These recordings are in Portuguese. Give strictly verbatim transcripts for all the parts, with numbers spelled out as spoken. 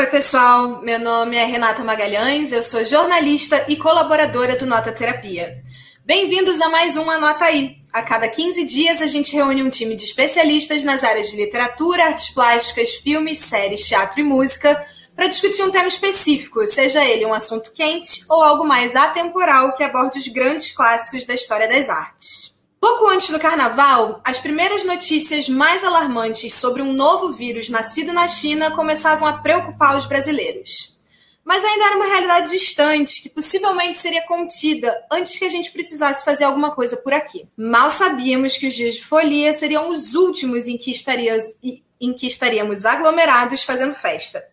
Oi, pessoal. Meu nome é Renata Magalhães, eu sou jornalista e colaboradora do Nota Terapia. Bem-vindos a mais um Anota Aí. A cada quinze dias, a gente reúne um time de especialistas nas áreas de literatura, artes plásticas, filmes, séries, teatro e música para discutir um tema específico, seja ele um assunto quente ou algo mais atemporal que aborde os grandes clássicos da história das artes. Pouco antes do Carnaval, as primeiras notícias mais alarmantes sobre um novo vírus nascido na China começavam a preocupar os brasileiros. Mas ainda era uma realidade distante, que possivelmente seria contida antes que a gente precisasse fazer alguma coisa por aqui. Mal sabíamos que os dias de folia seriam os últimos em que estaríamos, em que estaríamos aglomerados fazendo festa.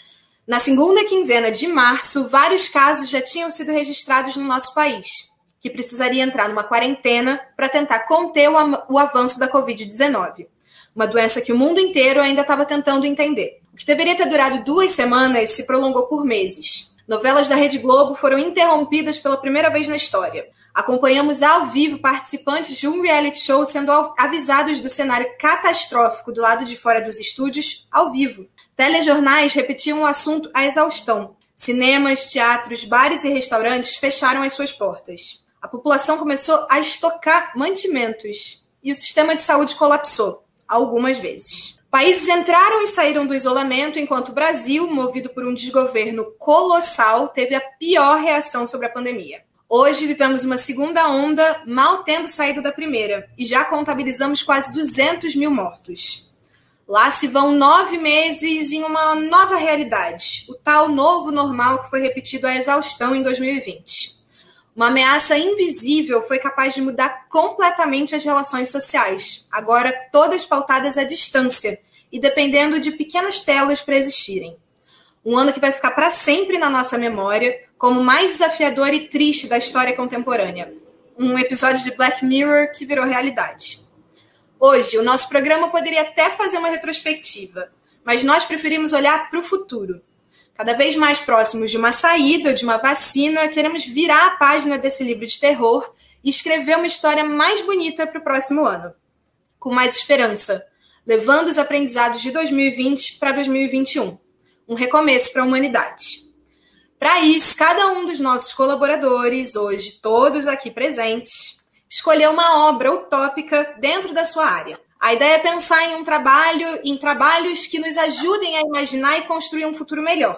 Na segunda quinzena de março, vários casos já tinham sido registrados no nosso país, que precisaria entrar numa quarentena para tentar conter o avanço da covid dezenove, uma doença que o mundo inteiro ainda estava tentando entender. O que deveria ter durado duas semanas se prolongou por meses. Novelas da Rede Globo foram interrompidas pela primeira vez na história. Acompanhamos ao vivo participantes de um reality show sendo avisados do cenário catastrófico do lado de fora dos estúdios, ao vivo. Telejornais repetiam o assunto à exaustão. Cinemas, teatros, bares e restaurantes fecharam as suas portas. A população começou a estocar mantimentos e o sistema de saúde colapsou, algumas vezes. Países entraram e saíram do isolamento, enquanto o Brasil, movido por um desgoverno colossal, teve a pior reação sobre a pandemia. Hoje vivemos uma segunda onda, mal tendo saído da primeira, e já contabilizamos quase duzentos mil mortos. Lá se vão nove meses em uma nova realidade, o tal novo normal que foi repetido à exaustão em dois mil e vinte. Uma ameaça invisível foi capaz de mudar completamente as relações sociais, agora todas pautadas à distância e dependendo de pequenas telas para existirem. Um ano que vai ficar para sempre na nossa memória como o mais desafiador e triste da história contemporânea. Um episódio de Black Mirror que virou realidade. Hoje, o nosso programa poderia até fazer uma retrospectiva, mas nós preferimos olhar para o futuro. Cada vez mais próximos de uma saída, de uma vacina, queremos virar a página desse livro de terror e escrever uma história mais bonita para o próximo ano. Com mais esperança, levando os aprendizados de dois mil e vinte para dois mil e vinte e um. Um recomeço para a humanidade. Para isso, cada um dos nossos colaboradores, hoje todos aqui presentes, escolheu uma obra utópica dentro da sua área. A ideia é pensar em um trabalho, em trabalhos que nos ajudem a imaginar e construir um futuro melhor.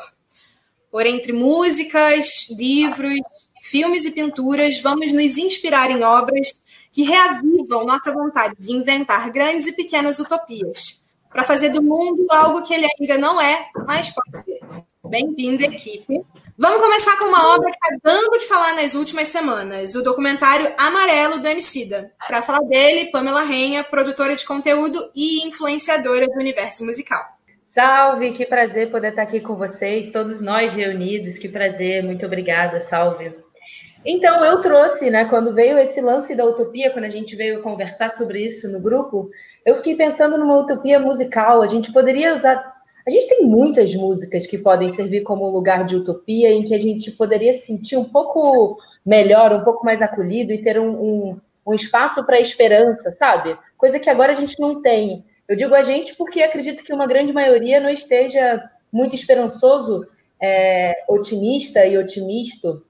Por entre músicas, livros, filmes e pinturas, vamos nos inspirar em obras que reavivam nossa vontade de inventar grandes e pequenas utopias, para fazer do mundo algo que ele ainda não é, mas pode ser. Bem-vinda, equipe. Vamos começar com uma obra que está dando o que falar nas últimas semanas, o documentário Amarelo, do Emicida. Para falar dele, Pamela Renha, produtora de conteúdo e influenciadora do universo musical. Salve, que prazer poder estar aqui com vocês, todos nós reunidos, que prazer, muito obrigada, salve. Então, eu trouxe, né, quando veio esse lance da utopia, quando a gente veio conversar sobre isso no grupo, eu fiquei pensando numa utopia musical, a gente poderia usar... A gente tem muitas músicas que podem servir como lugar de utopia, em que a gente poderia se sentir um pouco melhor, um pouco mais acolhido e ter um, um, um espaço para a esperança, sabe? Coisa que agora a gente não tem. Eu digo a gente porque acredito que uma grande maioria não esteja muito esperançoso, é, otimista e otimista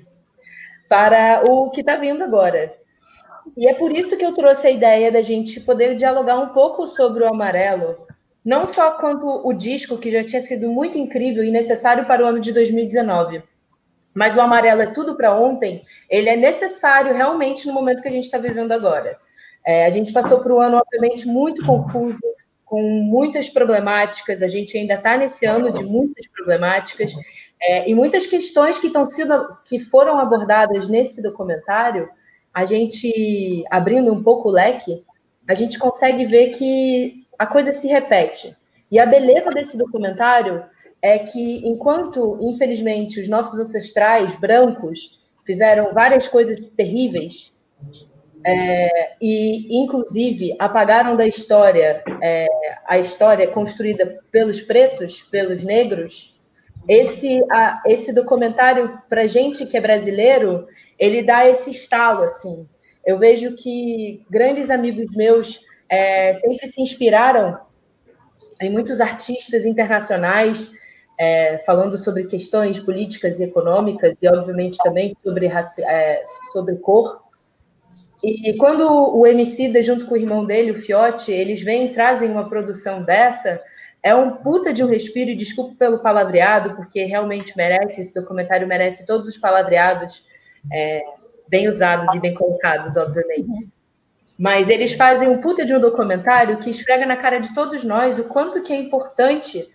para o que está vindo agora. E é por isso que eu trouxe a ideia da gente poder dialogar um pouco sobre o Amarelo, não só quanto o disco, que já tinha sido muito incrível e necessário para o ano de dois mil e dezenove, mas o Amarelo é tudo para ontem, ele é necessário realmente no momento que a gente está vivendo agora. É, a gente passou por um ano, obviamente, muito confuso, com muitas problemáticas, a gente ainda está nesse ano de muitas problemáticas, é, e muitas questões que, estão sido, que foram abordadas nesse documentário, a gente, abrindo um pouco o leque, a gente consegue ver que a coisa se repete. E a beleza desse documentário é que, enquanto, infelizmente, os nossos ancestrais brancos fizeram várias coisas terríveis, é, e, inclusive, apagaram da história é, a história construída pelos pretos, pelos negros, esse, a, esse documentário, para gente que é brasileiro, ele dá esse estalo, assim. Eu vejo que grandes amigos meus é, sempre se inspiraram em muitos artistas internacionais é, falando sobre questões políticas e econômicas, e obviamente também sobre, raci- é, sobre cor. E quando o Emicida, junto com o irmão dele, o Fiote, eles vêm e trazem uma produção dessa, é um puta de um respiro, e desculpa pelo palavreado, porque realmente merece, esse documentário merece todos os palavreados é, bem usados e bem colocados, obviamente. Mas eles fazem um puta de um documentário que esfrega na cara de todos nós o quanto que é importante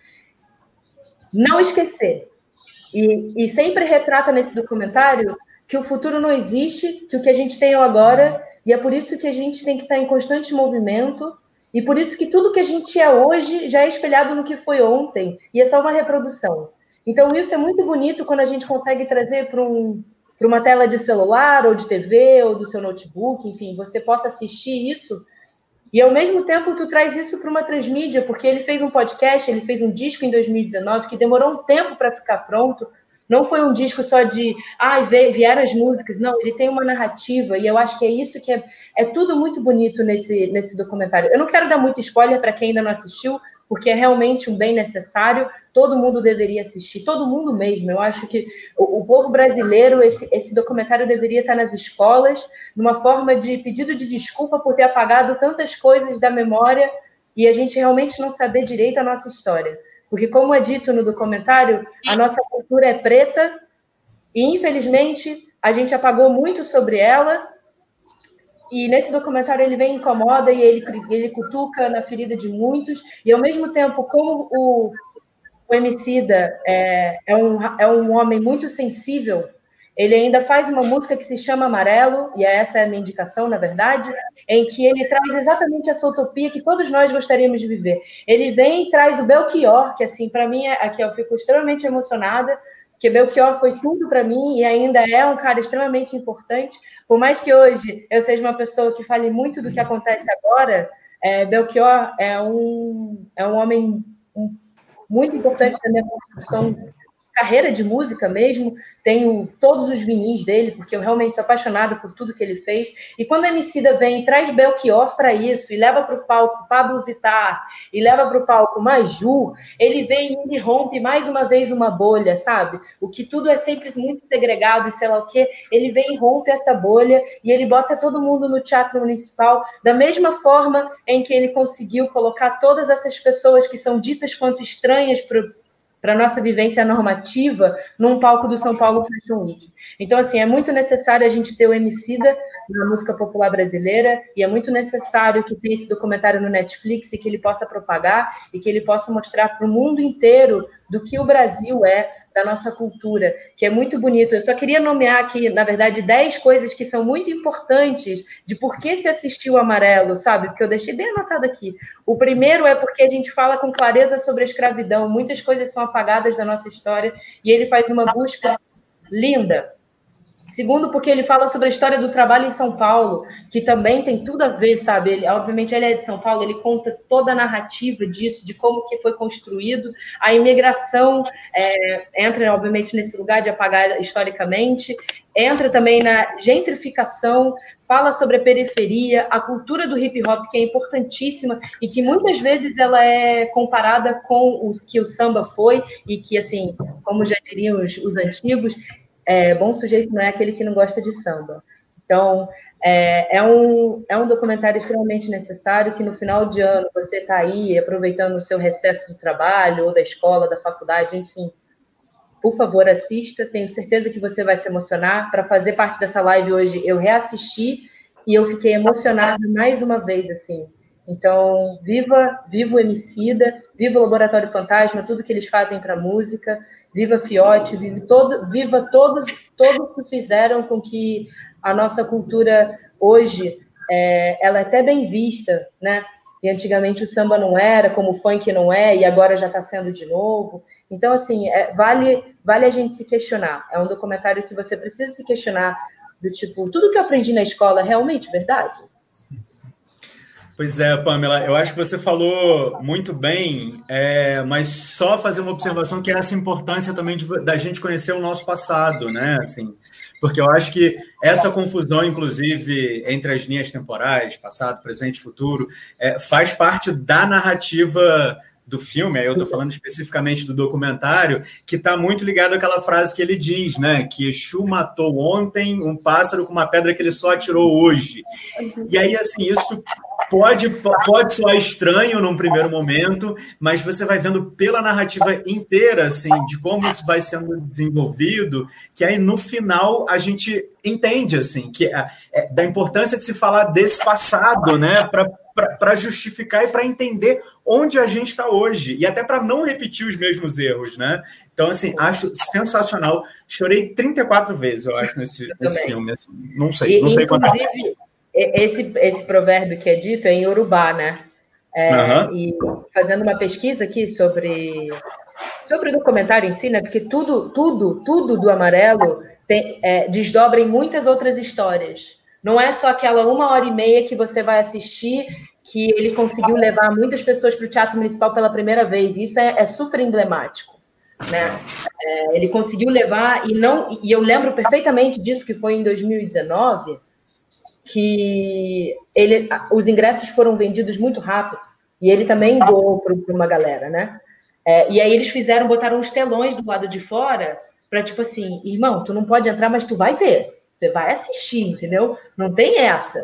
não esquecer. E, e sempre retrata nesse documentário que o futuro não existe, que o que a gente tem é o agora, e é por isso que a gente tem que estar em constante movimento, e por isso que tudo que a gente é hoje já é espelhado no que foi ontem, e é só uma reprodução. Então isso é muito bonito quando a gente consegue trazer para um, para uma tela de celular, ou de T V, ou do seu notebook, enfim, você possa assistir isso. E, ao mesmo tempo, tu traz isso para uma transmídia, porque ele fez um podcast, ele fez um disco em dois mil e dezenove, que demorou um tempo para ficar pronto. Não foi um disco só de, ah, vieram as músicas. Não, ele tem uma narrativa, e eu acho que é isso que é, é tudo muito bonito nesse, nesse documentário. Eu não quero dar muito spoiler para quem ainda não assistiu, porque é realmente um bem necessário, todo mundo deveria assistir, todo mundo mesmo. Eu acho que o, o povo brasileiro, esse, esse documentário deveria estar nas escolas, numa forma de pedido de desculpa por ter apagado tantas coisas da memória e a gente realmente não saber direito a nossa história. Porque, como é dito no documentário, a nossa cultura é preta e, infelizmente, a gente apagou muito sobre ela. E nesse documentário ele vem incomoda e ele, ele cutuca na ferida de muitos. E, ao mesmo tempo, como o, o Emicida é, é, um, é um homem muito sensível, ele ainda faz uma música que se chama Amarelo, e essa é a minha indicação, na verdade, em que ele traz exatamente essa utopia que todos nós gostaríamos de viver. Ele vem e traz o Belchior, que, assim, para mim, é, aqui eu fico extremamente emocionada, porque Belchior foi tudo para mim e ainda é um cara extremamente importante. Por mais que hoje eu seja uma pessoa que fale muito do que acontece agora, é, Belchior é um, é um homem um, muito importante na minha construção de carreira de música mesmo. Tenho todos os vinis dele, porque eu realmente sou apaixonada por tudo que ele fez. E quando a Emicida vem e traz Belchior para isso, e leva para o palco Pablo Vittar, e leva para o palco Maju, ele vem e rompe mais uma vez uma bolha, sabe? O que tudo é sempre muito segregado e sei lá o quê, ele vem e rompe essa bolha, e ele bota todo mundo no Teatro Municipal, da mesma forma em que ele conseguiu colocar todas essas pessoas que são ditas quanto estranhas para para a nossa vivência normativa num palco do São Paulo Fashion Week. Então, assim, é muito necessário a gente ter o Emicida na música popular brasileira, e é muito necessário que tenha esse documentário no Netflix e que ele possa propagar e que ele possa mostrar para o mundo inteiro do que o Brasil é, da nossa cultura, que é muito bonito. Eu só queria nomear aqui, na verdade, dez coisas que são muito importantes de por que se assistiu Amarelo, sabe? Porque eu deixei bem anotado aqui. O primeiro é porque a gente fala com clareza sobre a escravidão, muitas coisas são apagadas da nossa história, e ele faz uma busca linda. Segundo, porque ele fala sobre a história do trabalho em São Paulo, que também tem tudo a ver, sabe? Ele, obviamente, ele é de São Paulo, ele conta toda a narrativa disso, de como que foi construído. A imigração é, entra, obviamente, nesse lugar de apagar historicamente. Entra também na gentrificação, fala sobre a periferia, a cultura do hip-hop, que é importantíssima e que muitas vezes ela é comparada com os que o samba foi e que, assim, como já diriam os, os antigos, É, bom sujeito não é aquele que não gosta de samba. Então, é, é, um, é um documentário extremamente necessário, que no final de ano você está aí aproveitando o seu recesso do trabalho, ou da escola, da faculdade, enfim. Por favor, assista. Tenho certeza que você vai se emocionar. Para fazer parte dessa live hoje, eu reassisti e eu fiquei emocionada mais uma vez, assim. Então, viva, viva o Emicida, viva o Laboratório Fantasma, tudo que eles fazem para música, viva Fiote, viva, todo, viva todos, todos que fizeram com que a nossa cultura hoje, é, ela é até bem vista, né? E antigamente o samba não era, como o funk não é, e agora já está sendo de novo. Então, assim, é, vale, vale a gente se questionar. É um documentário que você precisa se questionar, do tipo, tudo que eu aprendi na escola é realmente verdade? Pois é, Pamela, eu acho que você falou muito bem, é, mas só fazer uma observação que é essa importância também de, da gente conhecer o nosso passado, né? Assim, porque eu acho que essa confusão, inclusive, entre as linhas temporais, passado, presente e futuro, é, faz parte da narrativa do filme, aí eu estou falando especificamente do documentário, que está muito ligado àquela frase que ele diz, né? Que Exu matou ontem um pássaro com uma pedra que ele só atirou hoje. E aí, assim, isso pode, pode soar estranho num primeiro momento, mas você vai vendo pela narrativa inteira, assim, de como isso vai sendo desenvolvido, que aí, no final, a gente entende, assim, que é, é, da importância de se falar desse passado, né? Para para justificar e para entender onde a gente está hoje, e até para não repetir os mesmos erros, né? Então, assim, acho sensacional. Chorei trinta e quatro vezes, eu acho, nesse, nesse filme. Assim, não sei, e, não sei inclusive, quantas. esse, esse provérbio que é dito é em Yorubá, né? É, uhum. E fazendo uma pesquisa aqui sobre, sobre o documentário em si, né? Porque tudo, tudo, tudo do Amarelo tem, é, desdobra em muitas outras histórias. Não é só aquela uma hora e meia que você vai assistir, que ele conseguiu levar muitas pessoas para o Teatro Municipal pela primeira vez. Isso é, é super emblemático, né? É, ele conseguiu levar, e, não, e eu lembro perfeitamente disso, que foi em dois mil e dezenove, que ele, os ingressos foram vendidos muito rápido, e ele também doou para uma galera, né? É, e aí eles fizeram, botaram uns telões do lado de fora, para tipo assim, irmão, tu não pode entrar, mas tu vai ver. Você vai assistir, entendeu? Não tem essa.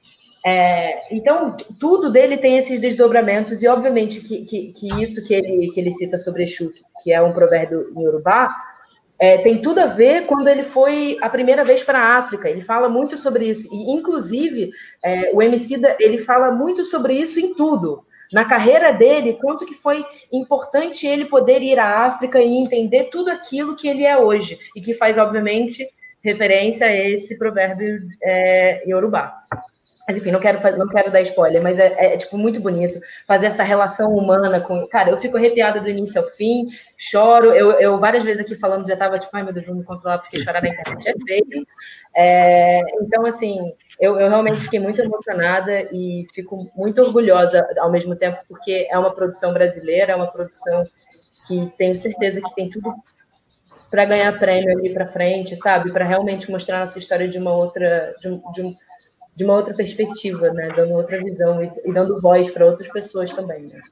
É, então, tudo dele tem esses desdobramentos, e obviamente que, que, que isso que ele, que ele cita sobre Exu, que é um provérbio em Yorubá, é, tem tudo a ver quando ele foi a primeira vez para a África. Ele fala muito sobre isso. E, inclusive, é, o Emicida, ele fala muito sobre isso em tudo. Na carreira dele, quanto que foi importante ele poder ir à África e entender tudo aquilo que ele é hoje. E que faz, obviamente, referência a esse provérbio é, Yorubá. Mas, enfim, não quero, não quero dar spoiler, mas é, é, é, tipo, muito bonito fazer essa relação humana com... Cara, eu fico arrepiada do início ao fim, choro. Eu, eu várias vezes aqui falando, já estava tipo, ai, meu Deus, vou me controlar, porque chorar na internet é feio. É, então, assim, eu, eu realmente fiquei muito emocionada e fico muito orgulhosa ao mesmo tempo, porque é uma produção brasileira, é uma produção que tenho certeza que tem tudo para ganhar prêmio ali para frente, sabe? Para realmente mostrar a nossa história de uma outra... De um, de um, de uma outra perspectiva, né? Dando outra visão e, e dando voz para outras pessoas também, né?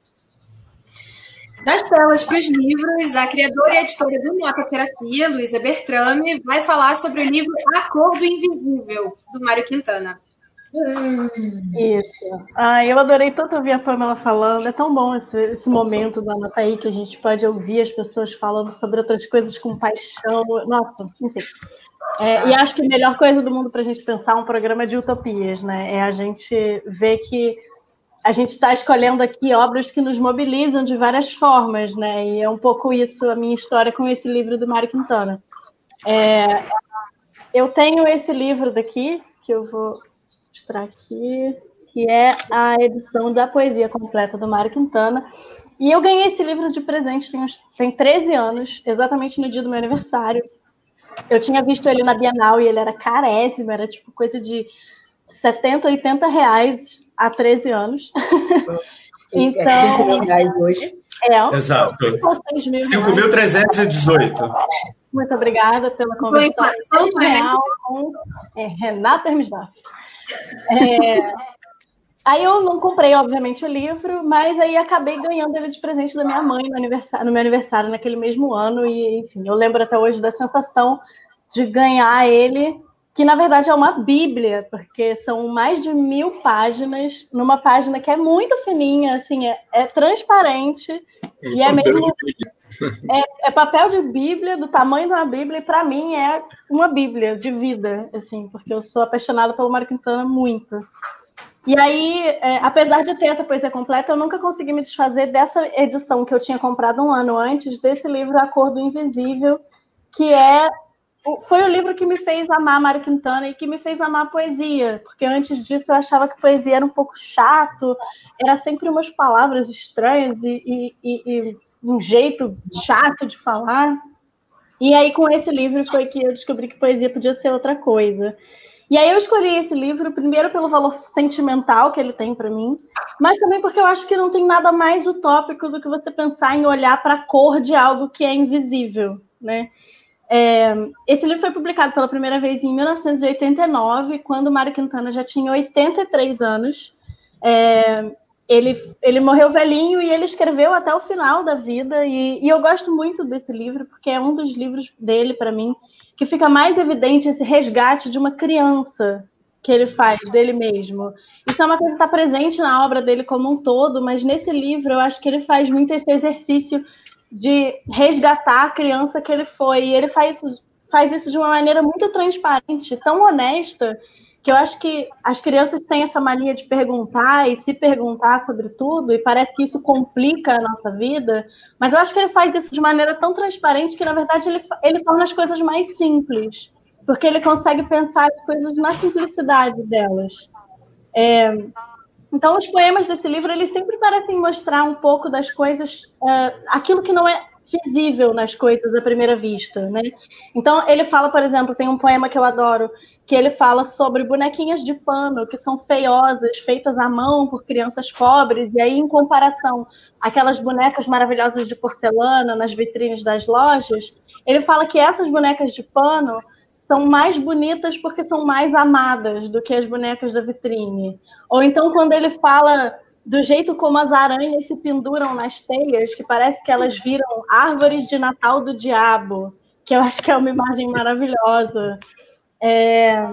Das telas para os livros, a criadora e editora do Nota Terapia, Luísa Bertrame, vai falar sobre o livro A Cor do Invisível, do Mário Quintana. Hum. Isso. Ah, eu adorei tanto ouvir a Pamela falando. É tão bom esse, esse momento da Nota aí, que a gente pode ouvir as pessoas falando sobre outras coisas com paixão. Nossa, enfim. É, e acho que a melhor coisa do mundo para a gente pensar é um programa de utopias, né? É a gente ver que a gente está escolhendo aqui obras que nos mobilizam de várias formas, né? E é um pouco isso a minha história com esse livro do Mário Quintana. É, eu tenho esse livro daqui, que eu vou mostrar aqui, que é a edição da poesia completa do Mário Quintana. E eu ganhei esse livro de presente tem, uns, tem treze anos, exatamente no dia do meu aniversário. Eu tinha visto ele na Bienal e ele era carésimo, era tipo coisa de setenta, oitenta reais há treze anos. Então, é cinco mil reais hoje. É, exato. cinco mil trezentos e dezoito. Muito obrigada pela conversa real com é, Renata Hermsdorf. É, aí eu não comprei, obviamente, o livro, mas aí acabei ganhando ele de presente da minha mãe no, aniversário, no meu aniversário naquele mesmo ano. E, enfim, eu lembro até hoje da sensação de ganhar ele, que na verdade é uma bíblia, porque são mais de mil páginas, numa página que é muito fininha, assim, é, é transparente, é e é mesmo... É, é papel de bíblia, do tamanho de uma bíblia, e para mim é uma bíblia de vida, assim, porque eu sou apaixonada pelo Mário Quintana muito. E aí, é, apesar de ter essa poesia completa, eu nunca consegui me desfazer dessa edição que eu tinha comprado um ano antes, desse livro A Cor do Invisível, que é, foi o livro que me fez amar Mário Quintana e que me fez amar a poesia, porque antes disso eu achava que poesia era um pouco chato, era sempre umas palavras estranhas e, e, e, e um jeito chato de falar. E aí, com esse livro, foi que eu descobri que poesia podia ser outra coisa. E aí eu escolhi esse livro, primeiro pelo valor sentimental que ele tem para mim, mas também porque eu acho que não tem nada mais utópico do que você pensar em olhar para a cor de algo que é invisível, né? É, esse livro foi publicado pela primeira vez em mil novecentos e oitenta e nove, quando Mário Quintana já tinha oitenta e três anos. É, ele, ele morreu velhinho e ele escreveu até o final da vida, e, e eu gosto muito desse livro, porque é um dos livros dele, para mim, que fica mais evidente esse resgate de uma criança que ele faz dele mesmo. Isso é uma coisa que está presente na obra dele como um todo, mas nesse livro eu acho que ele faz muito esse exercício de resgatar a criança que ele foi, e ele faz isso, faz isso de uma maneira muito transparente, tão honesta, que eu acho que as crianças têm essa mania de perguntar e se perguntar sobre tudo, e parece que isso complica a nossa vida, mas eu acho que ele faz isso de maneira tão transparente que, na verdade, ele, ele torna as coisas mais simples, porque ele consegue pensar as coisas na simplicidade delas. É, então, os poemas desse livro, eles sempre parecem mostrar um pouco das coisas, uh, aquilo que não é visível nas coisas à primeira vista, né? Então, ele fala, por exemplo, tem um poema que eu adoro, que ele fala sobre bonequinhas de pano, que são feiosas, feitas à mão por crianças pobres, e aí, em comparação àquelas bonecas maravilhosas de porcelana nas vitrines das lojas, ele fala que essas bonecas de pano são mais bonitas porque são mais amadas do que as bonecas da vitrine. Ou então, quando ele fala do jeito como as aranhas se penduram nas teias, que parece que elas viram árvores de Natal do diabo, que eu acho que é uma imagem maravilhosa. É...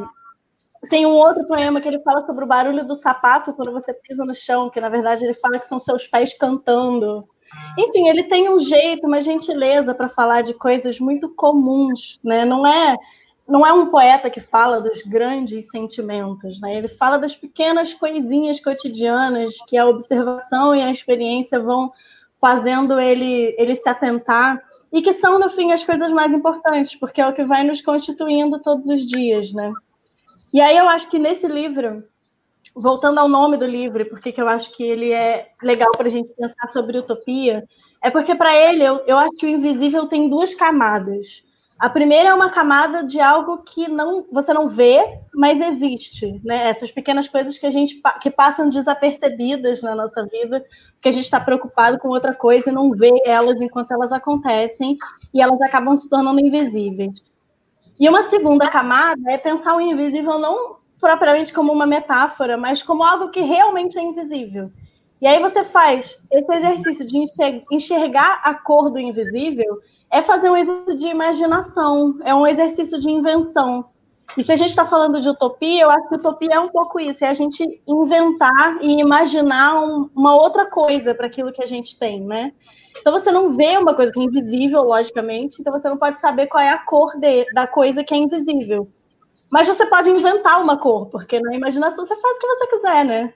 Tem um outro poema que ele fala sobre o barulho do sapato quando você pisa no chão, que na verdade ele fala que são seus pés cantando. Enfim, ele tem um jeito, uma gentileza para falar de coisas muito comuns, né? Não é, não é um poeta que fala dos grandes sentimentos, né? Ele fala das pequenas coisinhas cotidianas que a observação e a experiência vão fazendo ele, ele se atentar, e que são, no fim, as coisas mais importantes, porque é o que vai nos constituindo todos os dias, né? E aí eu acho que nesse livro, voltando ao nome do livro, porque eu acho que ele é legal para a gente pensar sobre utopia, é porque para ele, eu, eu acho que o invisível tem duas camadas. A primeira é uma camada de algo que não, você não vê, mas existe, né? Essas pequenas coisas que a gente que passam desapercebidas na nossa vida, porque a gente está preocupado com outra coisa e não vê elas enquanto elas acontecem, e elas acabam se tornando invisíveis. E uma segunda camada é pensar o invisível não propriamente como uma metáfora, mas como algo que realmente é invisível. E aí você faz esse exercício de enxergar a cor do invisível, é fazer um exercício de imaginação, é um exercício de invenção. E se a gente está falando de utopia, eu acho que utopia é um pouco isso, é a gente inventar e imaginar um, uma outra coisa para aquilo que a gente tem, né? Então você não vê uma coisa que é invisível, logicamente, então você não pode saber qual é a cor de, da coisa que é invisível. Mas você pode inventar uma cor, porque na imaginação você faz o que você quiser, né?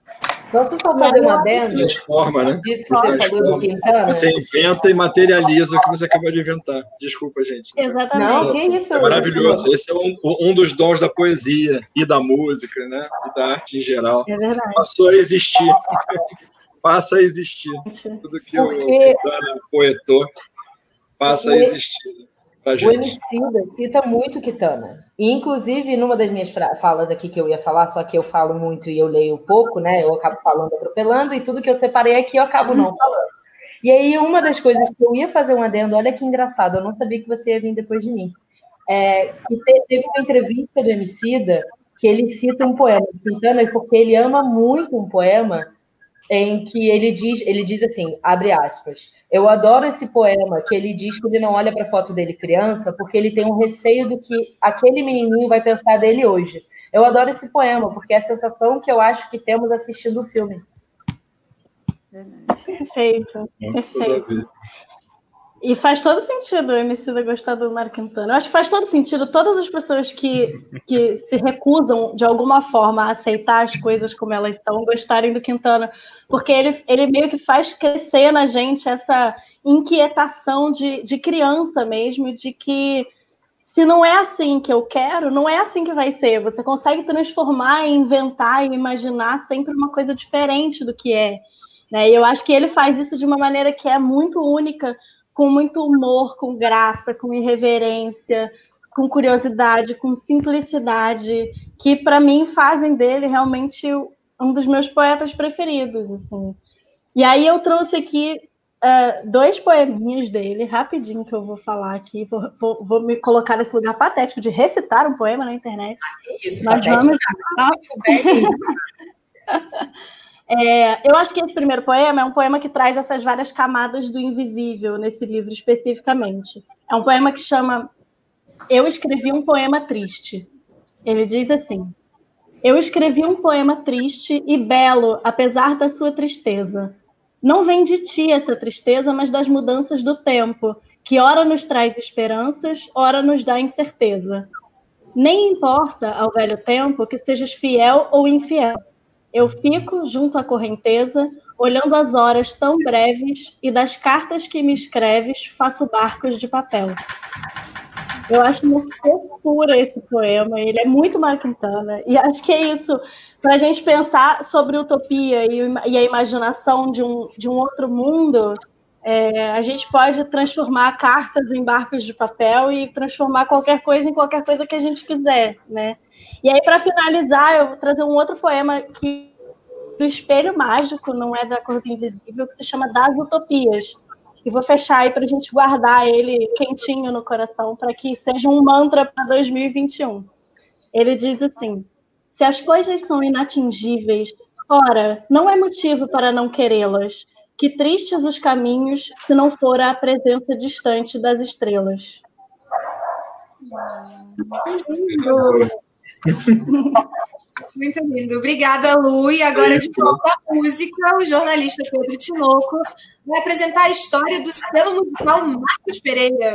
Posso só fazer uma adendo? Transforma, né? Disso que você falou do Quintana? Você inventa e materializa o que você acabou de inventar. Desculpa, gente. Exatamente. Não, que isso? É maravilhoso. Esse é um, um dos dons da poesia e da música, né? E da arte em geral. É verdade. Passou a existir. Passa a existir. Tudo que Porque... o Quintana poetou passa a existir. Tá, o Emicida cita muito Quintana. E, inclusive, numa das minhas falas aqui que eu ia falar, só que eu falo muito e eu leio pouco, né? Eu acabo falando, atropelando, e tudo que eu separei aqui eu acabo não falando. E aí, uma das coisas que eu ia fazer um adendo, olha que engraçado, eu não sabia que você ia vir depois de mim. É, que teve uma entrevista do Emicida que ele cita um poema de Quintana, porque ele ama muito um poema em que ele diz, ele diz assim, abre aspas, eu adoro esse poema que ele diz que ele não olha para a foto dele criança porque ele tem um receio do que aquele menininho vai pensar dele hoje. Eu adoro esse poema porque é a sensação que eu acho que temos assistindo o filme. Perfeito, perfeito. E faz todo sentido o Emicida gostar do Mário Quintana. Eu acho que faz todo sentido todas as pessoas que, que se recusam, de alguma forma, a aceitar as coisas como elas são, gostarem do Quintana. Porque ele, ele meio que faz crescer na gente essa inquietação de, de criança mesmo, de que se não é assim que eu quero, não é assim que vai ser. Você consegue transformar, inventar e imaginar sempre uma coisa diferente do que é. Né? E eu acho que ele faz isso de uma maneira que é muito única, com muito humor, com graça, com irreverência, com curiosidade, com simplicidade, que para mim fazem dele realmente um dos meus poetas preferidos, assim. E aí eu trouxe aqui uh, dois poeminhas dele, rapidinho, que eu vou falar aqui, vou, vou, vou me colocar nesse lugar patético de recitar um poema na internet. Isso, Mas vamos... É, eu acho que esse primeiro poema é um poema que traz essas várias camadas do invisível nesse livro especificamente. É um poema que chama Eu Escrevi um Poema Triste. Ele diz assim: Eu escrevi um poema triste e belo, apesar da sua tristeza. Não vem de ti essa tristeza, mas das mudanças do tempo, que ora nos traz esperanças, ora nos dá incerteza. Nem importa ao velho tempo que sejas fiel ou infiel. Eu fico junto à correnteza, olhando as horas tão breves, e das cartas que me escreves faço barcos de papel. Eu acho uma fofura esse poema, ele é muito Mário Quintana, e acho que é isso, para a gente pensar sobre utopia e, e a imaginação de um, de um outro mundo, é, a gente pode transformar cartas em barcos de papel e transformar qualquer coisa em qualquer coisa que a gente quiser, né? E aí, para finalizar, eu vou trazer um outro poema que do Espelho Mágico, não é da Cor do Invisível, que se chama Das Utopias. E vou fechar aí para a gente guardar ele quentinho no coração, para que seja um mantra para dois mil e vinte e um. Ele diz assim: se as coisas são inatingíveis, ora, não é motivo para não querê-las. Que tristes os caminhos, se não for a presença distante das estrelas. Muito lindo. Obrigada, Lu. E agora, de volta à música, o jornalista Pedro Tinoco vai apresentar a história do selo musical Marcos Pereira.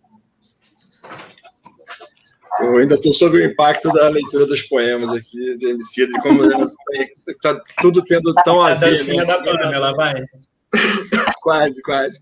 Eu ainda estou sob o impacto da leitura dos poemas aqui de Emicida, de como está tudo tendo tão a ver. A dancinha, né? Da Pamela, vai. Quase, quase.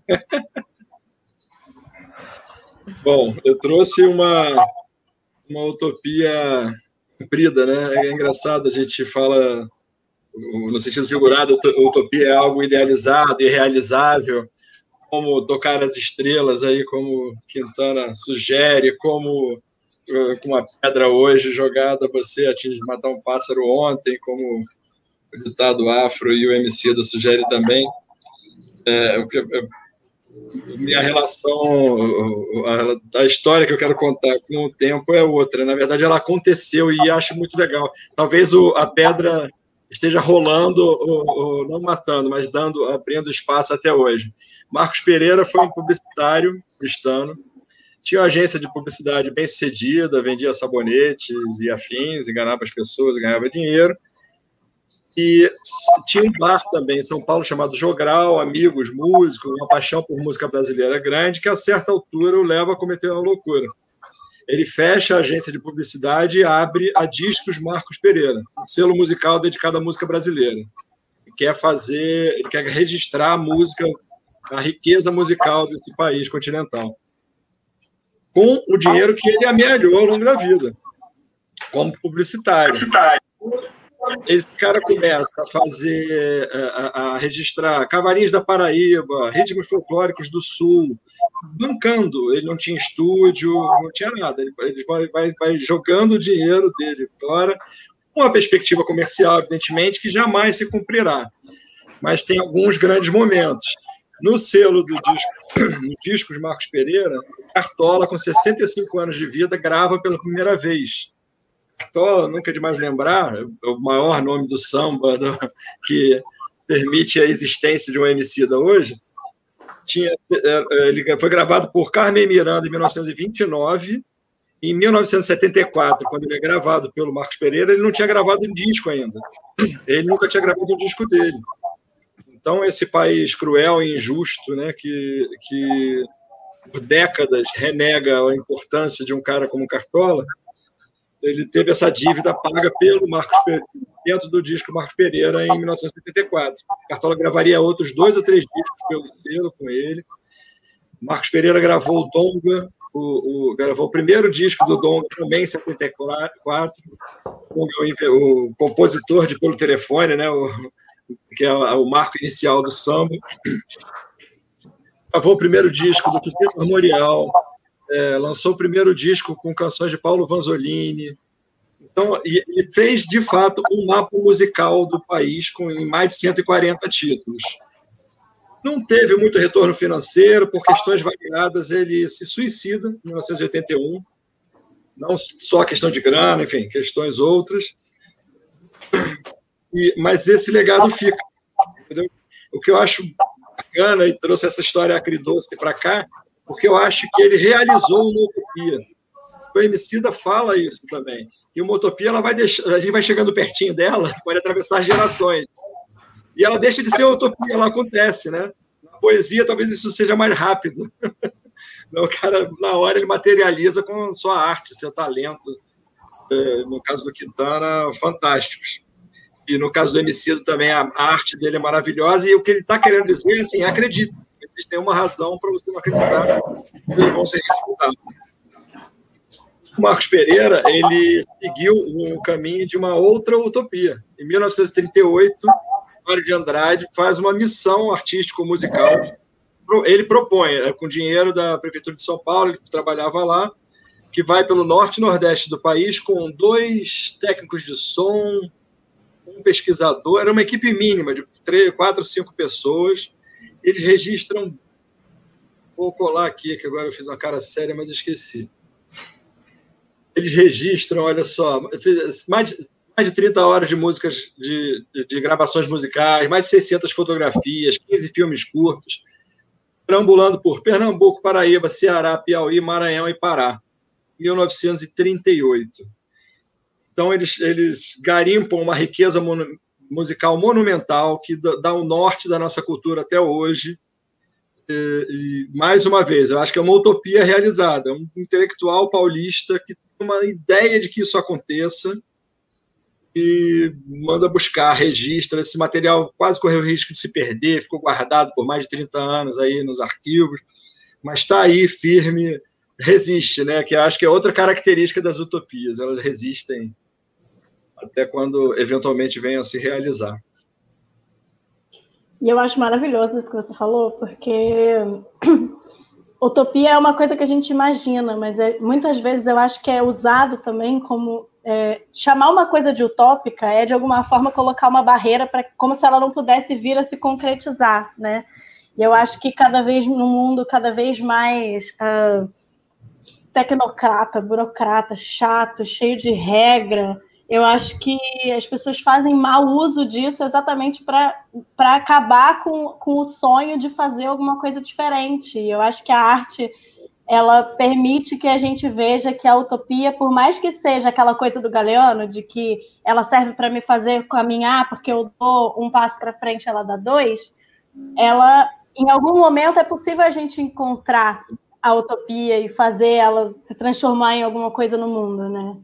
Bom, eu trouxe uma, uma utopia comprida, né? É engraçado, a gente fala, no sentido figurado, utopia é algo idealizado, irrealizável, como tocar as estrelas, aí, como Quintana sugere, como com uma pedra hoje jogada, você atinge matar um pássaro ontem, como o ditado afro e o Emicida sugere também. É, minha relação, a, a história que eu quero contar com o tempo é outra. Na verdade, ela aconteceu e acho muito legal. Talvez o, a pedra esteja rolando, ou, ou não matando, mas dando, abrindo espaço até hoje. Marcos Pereira foi um publicitário cristão, tinha uma agência de publicidade bem sucedida, vendia sabonetes e afins, enganava as pessoas, ganhava dinheiro. E tinha um bar também em São Paulo chamado Jogral, amigos, músicos, uma paixão por música brasileira grande, que a certa altura o leva a cometer uma loucura. Ele fecha a agência de publicidade e abre a Discos Marcos Pereira, um selo musical dedicado à música brasileira. Ele quer fazer, ele quer registrar a música, a riqueza musical desse país continental, com o dinheiro que ele amealhou ao longo da vida, como publicitário. Esse cara começa a fazer, a, a registrar Cavalinhos da Paraíba, ritmos folclóricos do Sul, bancando. Ele não tinha estúdio, não tinha nada. Ele, ele vai, vai, vai jogando o dinheiro dele fora, com uma perspectiva comercial, evidentemente, que jamais se cumprirá. Mas tem alguns grandes momentos. No selo do disco, no Discos Marcos Pereira, Cartola, com sessenta e cinco anos de vida, grava pela primeira vez. Cartola, nunca é demais lembrar, é o maior nome do samba do, que permite a existência de um Emicida hoje. Tinha, ele foi gravado por Carmen Miranda em mil novecentos e vinte e nove. Em mil novecentos e setenta e quatro, quando ele é gravado pelo Marcos Pereira, ele não tinha gravado um disco ainda. Ele nunca tinha gravado um disco dele. Então, esse país cruel e injusto, né, que, que por décadas renega a importância de um cara como Cartola, ele teve essa dívida paga pelo Marcos Pereira, dentro do disco Marcos Pereira, em mil novecentos e setenta e quatro. Cartola gravaria outros dois ou três discos pelo selo com ele. Marcos Pereira gravou o Donga, o, o, gravou o primeiro disco do Donga também em setenta e quatro. O, o, o compositor de Pelo Telefone, né, o, que é o marco inicial do samba. Gravou o primeiro disco do Quinteto Armorial. É, lançou o primeiro disco com canções de Paulo Vanzolini. Então, ele fez, de fato, um mapa musical do país com em mais de cento e quarenta títulos. Não teve muito retorno financeiro, por questões variadas, ele se suicida em mil novecentos e oitenta e um. Não só questão de grana, enfim, questões outras. E, mas esse legado fica. Entendeu? O que eu acho bacana, e trouxe essa história acridoce para cá, porque eu acho que ele realizou uma utopia. O Emicida fala isso também. E uma utopia, ela vai deixar, a gente vai chegando pertinho dela, pode atravessar gerações. E ela deixa de ser utopia, ela acontece, né? Na poesia, talvez isso seja mais rápido. O cara, na hora, ele materializa com sua arte, seu talento. No caso do Quintana, fantásticos. E no caso do Emicida também, a arte dele é maravilhosa. E o que ele está querendo dizer é assim, acredita. Existe uma razão para você não acreditar que eles vão ser realizados. O Marcos Pereira, ele seguiu um caminho de uma outra utopia. Em mil novecentos e trinta e oito, Mário de Andrade faz uma missão artístico-musical. Ele propõe, com dinheiro da Prefeitura de São Paulo, ele trabalhava lá, que vai pelo norte e nordeste do país com dois técnicos de som, um pesquisador, era uma equipe mínima de três, quatro, cinco pessoas. Eles registram... Vou colar aqui, que agora eu fiz uma cara séria, mas esqueci. Eles registram, olha só, mais de, mais de trinta horas de músicas, de, de, de gravações musicais, mais de seiscentas fotografias, quinze filmes curtos, perambulando por Pernambuco, Paraíba, Ceará, Piauí, Maranhão e Pará, mil novecentos e trinta e oito. Então, eles, eles garimpam uma riqueza monu, musical monumental que dá o norte da nossa cultura até hoje. E, e, mais uma vez, eu acho que é uma utopia realizada, um intelectual paulista que tem uma ideia de que isso aconteça e manda buscar, registra. Esse material quase correu o risco de se perder, ficou guardado por mais de trinta anos aí nos arquivos, mas está aí firme, resiste, né? Que acho que é outra característica das utopias, elas resistem até quando eventualmente venham a se realizar. E eu acho maravilhoso isso que você falou, porque utopia é uma coisa que a gente imagina, mas é, muitas vezes eu acho que é usado também como... É, chamar uma coisa de utópica é, de alguma forma, colocar uma barreira, pra, como se ela não pudesse vir a se concretizar, né? E eu acho que cada vez no mundo, cada vez mais uh, tecnocrata, burocrata, chato, cheio de regra, eu acho que as pessoas fazem mau uso disso exatamente para acabar com, com o sonho de fazer alguma coisa diferente. Eu acho que a arte, ela permite que a gente veja que a utopia, por mais que seja aquela coisa do Galeano, de que ela serve para me fazer caminhar, porque eu dou um passo para frente, ela dá dois, ela, em algum momento, é possível a gente encontrar a utopia e fazer ela se transformar em alguma coisa no mundo, né?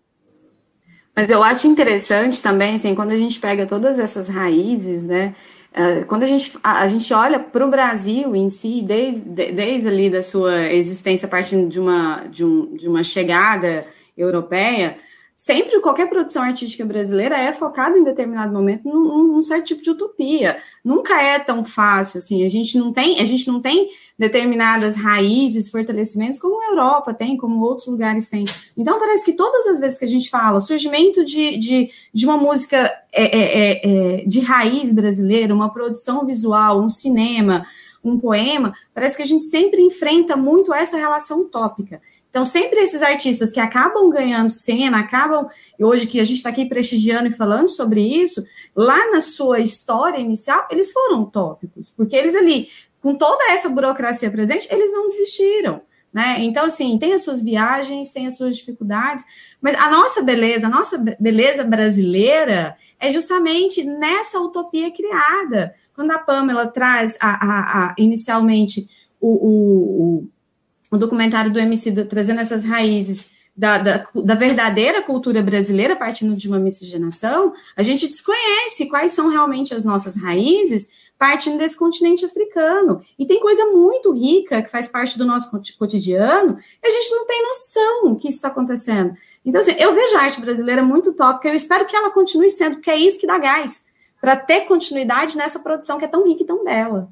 Mas eu acho interessante também, assim, quando a gente pega todas essas raízes, né, uh, quando a gente, a, a gente olha para o Brasil em si, desde, desde ali da sua existência, partindo de uma, de, um, de uma chegada europeia, sempre qualquer produção artística brasileira é focada em determinado momento num, num certo tipo de utopia. Nunca é tão fácil, assim, a gente não tem, a gente não tem determinadas raízes, fortalecimentos como a Europa tem, como outros lugares têm. Então, parece que todas as vezes que a gente fala surgimento de, de, de uma música é, é, é, de raiz brasileira, uma produção visual, um cinema, um poema, parece que a gente sempre enfrenta muito essa relação utópica. Então, sempre esses artistas que acabam ganhando cena, acabam, hoje que a gente está aqui prestigiando e falando sobre isso, lá na sua história inicial, eles foram utópicos, porque eles ali, com toda essa burocracia presente, eles não desistiram, né? Então, assim, tem as suas viagens, tem as suas dificuldades, mas a nossa beleza, a nossa beleza brasileira é justamente nessa utopia criada. Quando a Pamela traz, a, a, a, inicialmente, o... o, o o documentário do Emicida trazendo essas raízes da, da, da verdadeira cultura brasileira, partindo de uma miscigenação, a gente desconhece quais são realmente as nossas raízes, partindo desse continente africano. E tem coisa muito rica que faz parte do nosso cotidiano, e a gente não tem noção que isso está acontecendo. Então, assim, eu vejo a arte brasileira muito utópica, eu espero que ela continue sendo, porque é isso que dá gás, para ter continuidade nessa produção que é tão rica e tão bela.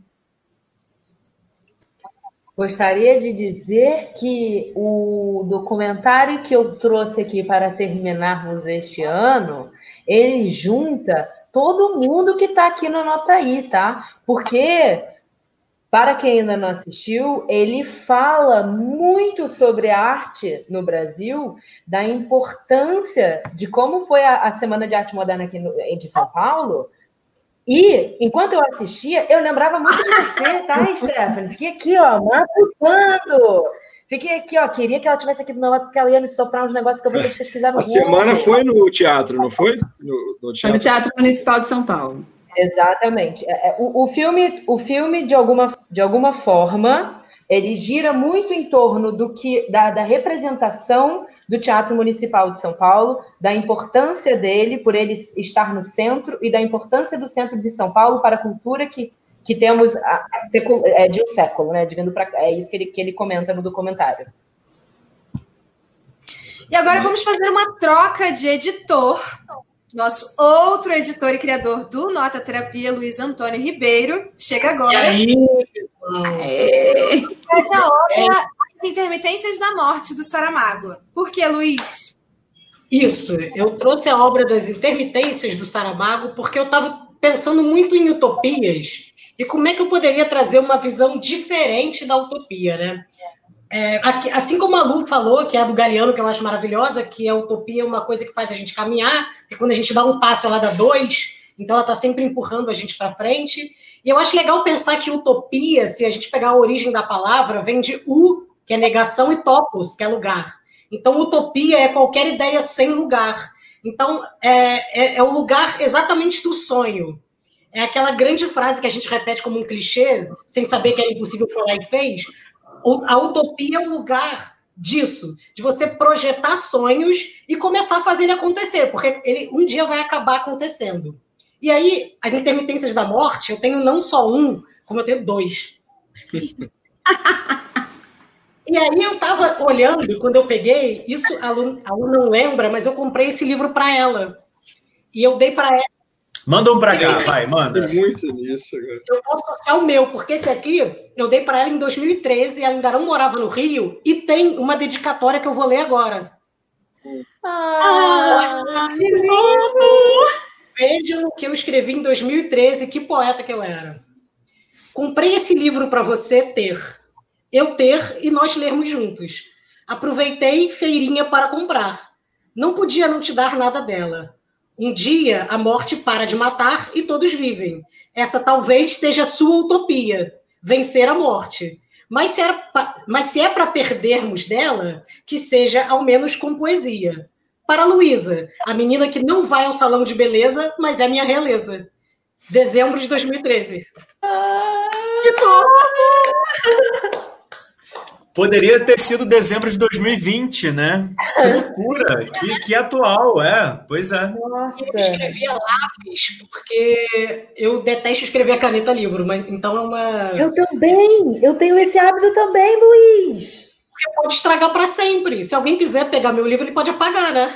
Gostaria de dizer que o documentário que eu trouxe aqui para terminarmos este ano, ele junta todo mundo que está aqui no Nota I, tá? Porque para quem ainda não assistiu, ele fala muito sobre a arte no Brasil, da importância de como foi a, a Semana de Arte Moderna aqui no, de São Paulo. E, enquanto eu assistia, eu lembrava muito de você, tá, Stephanie? Fiquei aqui, ó, matutando. Fiquei aqui, ó, queria que ela estivesse aqui do meu lado, porque ela ia me soprar uns negócios que eu vou ter que pesquisar no A semana foi no teatro, não foi? No, no teatro. Foi no Teatro Municipal de São Paulo. Exatamente. O, o, filme, o filme de, alguma, de alguma forma, ele gira muito em torno do que, da, da representação do Teatro Municipal de São Paulo, da importância dele por ele estar no centro e da importância do centro de São Paulo para a cultura que, que temos a, a século, é, de um século, né? De vindo pra, é isso que ele, que ele comenta no documentário. E agora vamos fazer uma troca de editor. Nosso outro editor e criador do Nota Terapia, Luiz Antônio Ribeiro, chega agora. E aí, pessoal? É. Faz a obra As Intermitências da Morte, do Saramago. Por que, Luiz? Isso, eu trouxe a obra das Intermitências do Saramago porque eu estava pensando muito em utopias e como é que eu poderia trazer uma visão diferente da utopia, né? É, aqui, assim como a Lu falou, que é a do Galeano, que eu acho maravilhosa, que a utopia é uma coisa que faz a gente caminhar, e quando a gente dá um passo, ela dá dois, então ela está sempre empurrando a gente para frente. E eu acho legal pensar que utopia, se a gente pegar a origem da palavra, vem de u, que é negação, e topos, que é lugar. Então, utopia é qualquer ideia sem lugar. Então, é, é, é o lugar exatamente do sonho. É aquela grande frase que a gente repete como um clichê, sem saber que era impossível, foi lá e fez. A utopia é o lugar disso, de você projetar sonhos e começar a fazer ele acontecer, porque ele um dia vai acabar acontecendo. E aí, as intermitências da morte, eu tenho não só um, como eu tenho dois. E aí eu estava olhando, quando eu peguei, isso a Lu, a Lu não lembra, mas eu comprei esse livro para ela. E eu dei para ela. Manda um para cá, vai, manda. Tem muito nisso agora. Eu posso sortear o meu, porque esse aqui eu dei para ela em dois mil e treze, ela ainda não morava no Rio, e tem uma dedicatória que eu vou ler agora. Ah, que lindo! Vejam o que eu escrevi em dois mil e treze, que poeta que eu era. Comprei esse livro para você ter. Eu ter e nós lermos juntos. Aproveitei feirinha para comprar. Não podia não te dar nada dela. Um dia, a morte para de matar e todos vivem. Essa talvez seja a sua utopia, vencer a morte. Mas se, era, mas se é para perdermos dela, que seja ao menos com poesia. Para Luísa, a menina que não vai ao salão de beleza, mas é minha realeza. Dezembro de dois mil e treze. Ah, que bom! Poderia ter sido dezembro de dois mil e vinte, né? Que loucura, que, que atual, é, pois é. Nossa. Eu escrevia lápis, porque eu detesto escrever a caneta livro, mas então é uma... Eu também, eu tenho esse hábito também, Luiz. Porque pode estragar para sempre. Se alguém quiser pegar meu livro, ele pode apagar, né?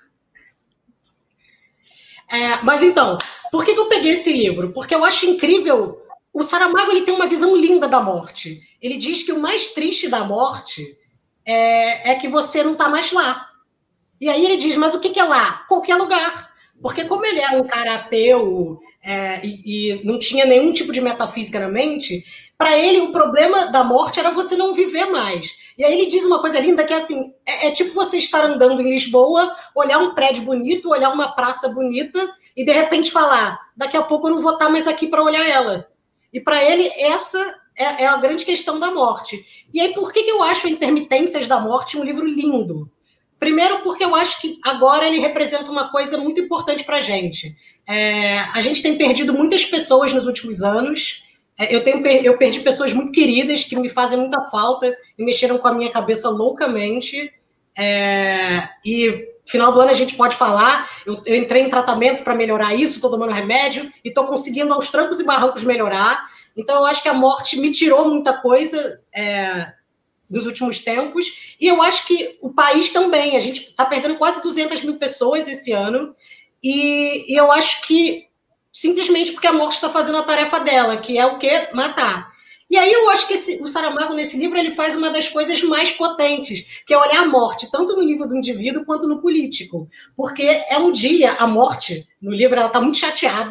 É, mas então, por que, que eu peguei esse livro? Porque eu acho incrível... O Saramago ele tem uma visão linda da morte. Ele diz que o mais triste da morte é, é que você não está mais lá. E aí ele diz, mas o que, que é lá? Qualquer lugar. Porque como ele era um cara ateu é, e, e não tinha nenhum tipo de metafísica na mente, para ele o problema da morte era você não viver mais. E aí ele diz uma coisa linda que é assim, é, é tipo você estar andando em Lisboa, olhar um prédio bonito, olhar uma praça bonita e de repente falar, daqui a pouco eu não vou estar mais aqui para olhar ela. E para ele, essa é, é a grande questão da morte. E aí, por que, que eu acho Intermitências da Morte um livro lindo? Primeiro, porque eu acho que agora ele representa uma coisa muito importante para a gente. É, a gente tem perdido muitas pessoas nos últimos anos. É, eu, tenho, eu perdi pessoas muito queridas que me fazem muita falta e mexeram com a minha cabeça loucamente. É, e final do ano a gente pode falar, eu, eu entrei em tratamento para melhorar isso, estou tomando remédio e estou conseguindo aos trancos e barrancos melhorar. Então eu acho que a morte me tirou muita coisa é, dos últimos tempos e eu acho que o país também, a gente está perdendo quase duzentas mil pessoas esse ano e, e eu acho que simplesmente porque a morte está fazendo a tarefa dela, que é o quê? Matar. E aí eu acho que esse, o Saramago, nesse livro, ele faz uma das coisas mais potentes, que é olhar a morte, tanto no nível do indivíduo quanto no político. Porque é um dia, a morte, no livro, ela está muito chateada,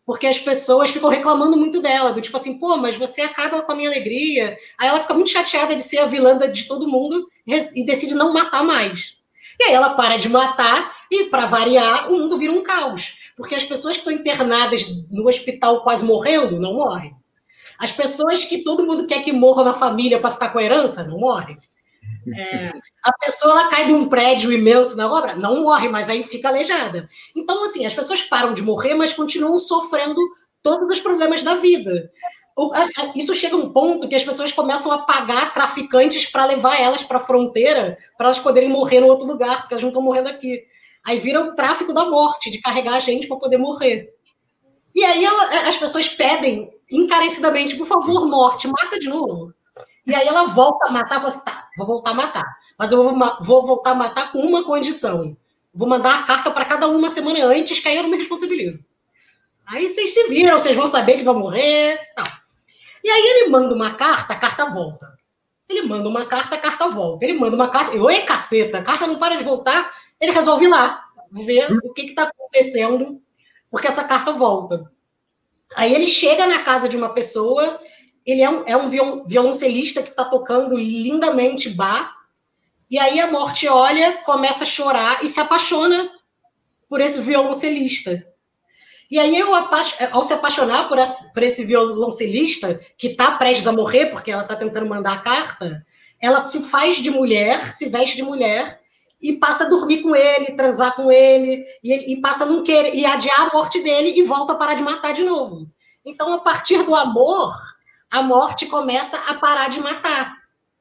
porque as pessoas ficam reclamando muito dela, do tipo assim, pô, mas você acaba com a minha alegria. Aí ela fica muito chateada de ser a vilã de todo mundo e decide não matar mais. E aí ela para de matar e, para variar, o mundo vira um caos. Porque as pessoas que estão internadas no hospital quase morrendo, não morrem. As pessoas que todo mundo quer que morram na família para ficar com a herança, não morrem. É, a pessoa ela cai de um prédio imenso na obra, não morre, mas aí fica aleijada. Então, assim, as pessoas param de morrer, mas continuam sofrendo todos os problemas da vida. O, a, a, isso chega a um ponto que as pessoas começam a pagar traficantes para levar elas para a fronteira, para elas poderem morrer no outro lugar, porque elas não estão morrendo aqui. Aí vira o tráfico da morte, de carregar a gente para poder morrer. E aí ela, as pessoas pedem encarecidamente, por favor, morte, mata de novo. E aí ela volta a matar, fala assim, tá, vou voltar a matar. Mas eu vou, vou voltar a matar com uma condição. Vou mandar a carta para cada uma semana antes, que aí eu não me responsabilizo. Aí vocês se viram, vocês vão saber que vão morrer, tal. E aí ele manda uma carta, a carta volta. Ele manda uma carta, a carta volta. Ele manda uma carta, oi, caceta, a carta não para de voltar. Ele resolve ir lá, ver o que está acontecendo, porque essa carta volta. Aí ele chega na casa de uma pessoa... Ele é um, é um violoncelista que está tocando lindamente Bach, e aí a morte olha, começa a chorar e se apaixona por esse violoncelista. E aí, eu, ao se apaixonar por esse, por esse violoncelista, que está prestes a morrer, porque ela está tentando mandar a carta, ela se faz de mulher, se veste de mulher, e passa a dormir com ele, transar com ele, e, e passa a não querer, e adiar a morte dele, e volta a parar de matar de novo. Então, a partir do amor... a morte começa a parar de matar.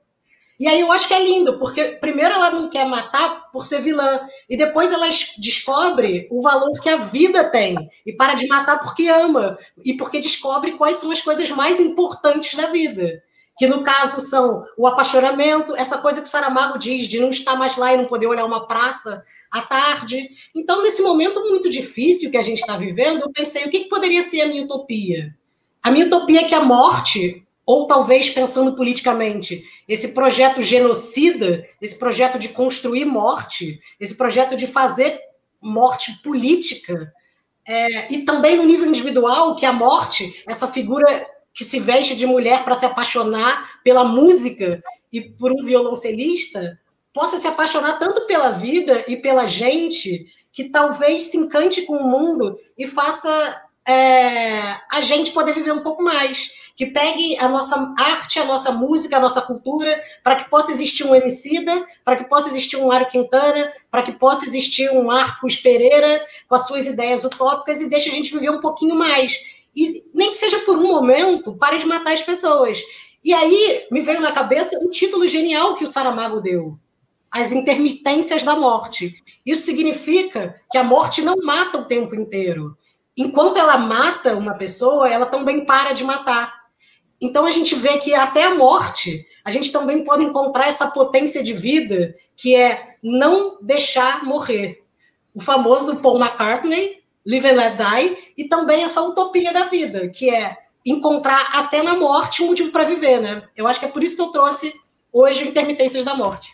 E aí eu acho que é lindo, porque primeiro ela não quer matar por ser vilã, e depois ela descobre o valor que a vida tem, e para de matar porque ama, e porque descobre quais são as coisas mais importantes da vida, que no caso são o apaixonamento, essa coisa que Saramago diz, de não estar mais lá e não poder olhar uma praça à tarde. Então, nesse momento muito difícil que a gente está vivendo, eu pensei, o que, que poderia ser a minha utopia? A minha utopia é que a morte, ou talvez pensando politicamente, esse projeto genocida, esse projeto de construir morte, esse projeto de fazer morte política, é, e também no nível individual, que a morte, essa figura que se veste de mulher para se apaixonar pela música e por um violoncelista, possa se apaixonar tanto pela vida e pela gente, que talvez se encante com o mundo e faça... É, a gente poder viver um pouco mais, que pegue a nossa arte, a nossa música, a nossa cultura, para que possa existir um Emicida, para que possa existir um Mário Quintana, para que possa existir um Marcos Pereira com as suas ideias utópicas e deixe a gente viver um pouquinho mais. E nem que seja por um momento, pare de matar as pessoas. E aí me veio na cabeça um título genial que o Saramago deu, As Intermitências da Morte. Isso significa que a morte não mata o tempo inteiro. Enquanto ela mata uma pessoa, ela também para de matar. Então, a gente vê que até a morte, a gente também pode encontrar essa potência de vida, que é não deixar morrer. O famoso Paul McCartney, Live and Let Die, e também essa utopia da vida, que é encontrar até na morte um motivo para viver, né? Eu acho que é por isso que eu trouxe hoje Intermitências da Morte.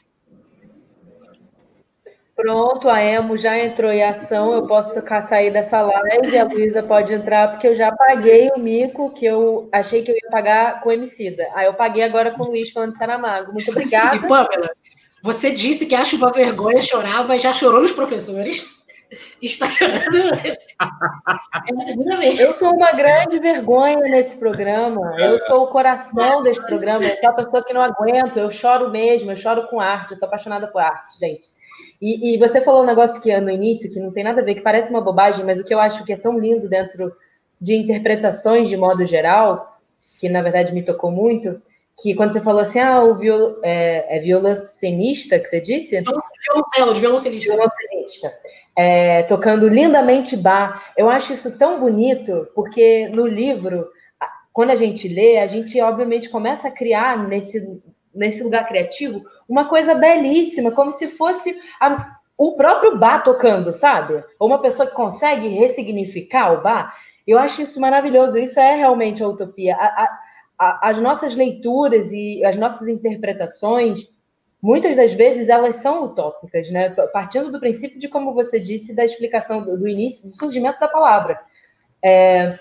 Pronto, a Emo já entrou em ação, eu posso sair dessa live, a Luísa pode entrar, porque eu já paguei o mico que eu achei que eu ia pagar com o Emicida. Aí eu paguei agora com o Luiz falando de Saramago. Muito obrigada. E, Pamela, você disse que acha uma vergonha chorar, mas já chorou nos professores? Está chorando? É a segunda vez. Eu sou uma grande vergonha nesse programa, eu sou o coração desse programa, eu sou a pessoa que não aguento, eu choro mesmo, eu choro com arte, eu sou apaixonada por arte, gente. E, e você falou um negócio que no início, que não tem nada a ver, que parece uma bobagem, mas o que eu acho que é tão lindo dentro de interpretações de modo geral, que na verdade me tocou muito, que quando você falou assim, ah, o viol, é, é violoncelista que você disse? Violoncelo, de violoncelista. Violoncelista. É, tocando lindamente Bach. Eu acho isso tão bonito, porque no livro, quando a gente lê, a gente obviamente começa a criar nesse, nesse lugar criativo uma coisa belíssima, como se fosse a, o próprio Bach tocando, sabe? Ou uma pessoa que consegue ressignificar o Bach. Eu acho isso maravilhoso, isso é realmente a utopia. A, a, a, as nossas leituras e as nossas interpretações, muitas das vezes, elas são utópicas, né? Partindo do princípio de, como você disse, da explicação do, do início, do surgimento da palavra. É,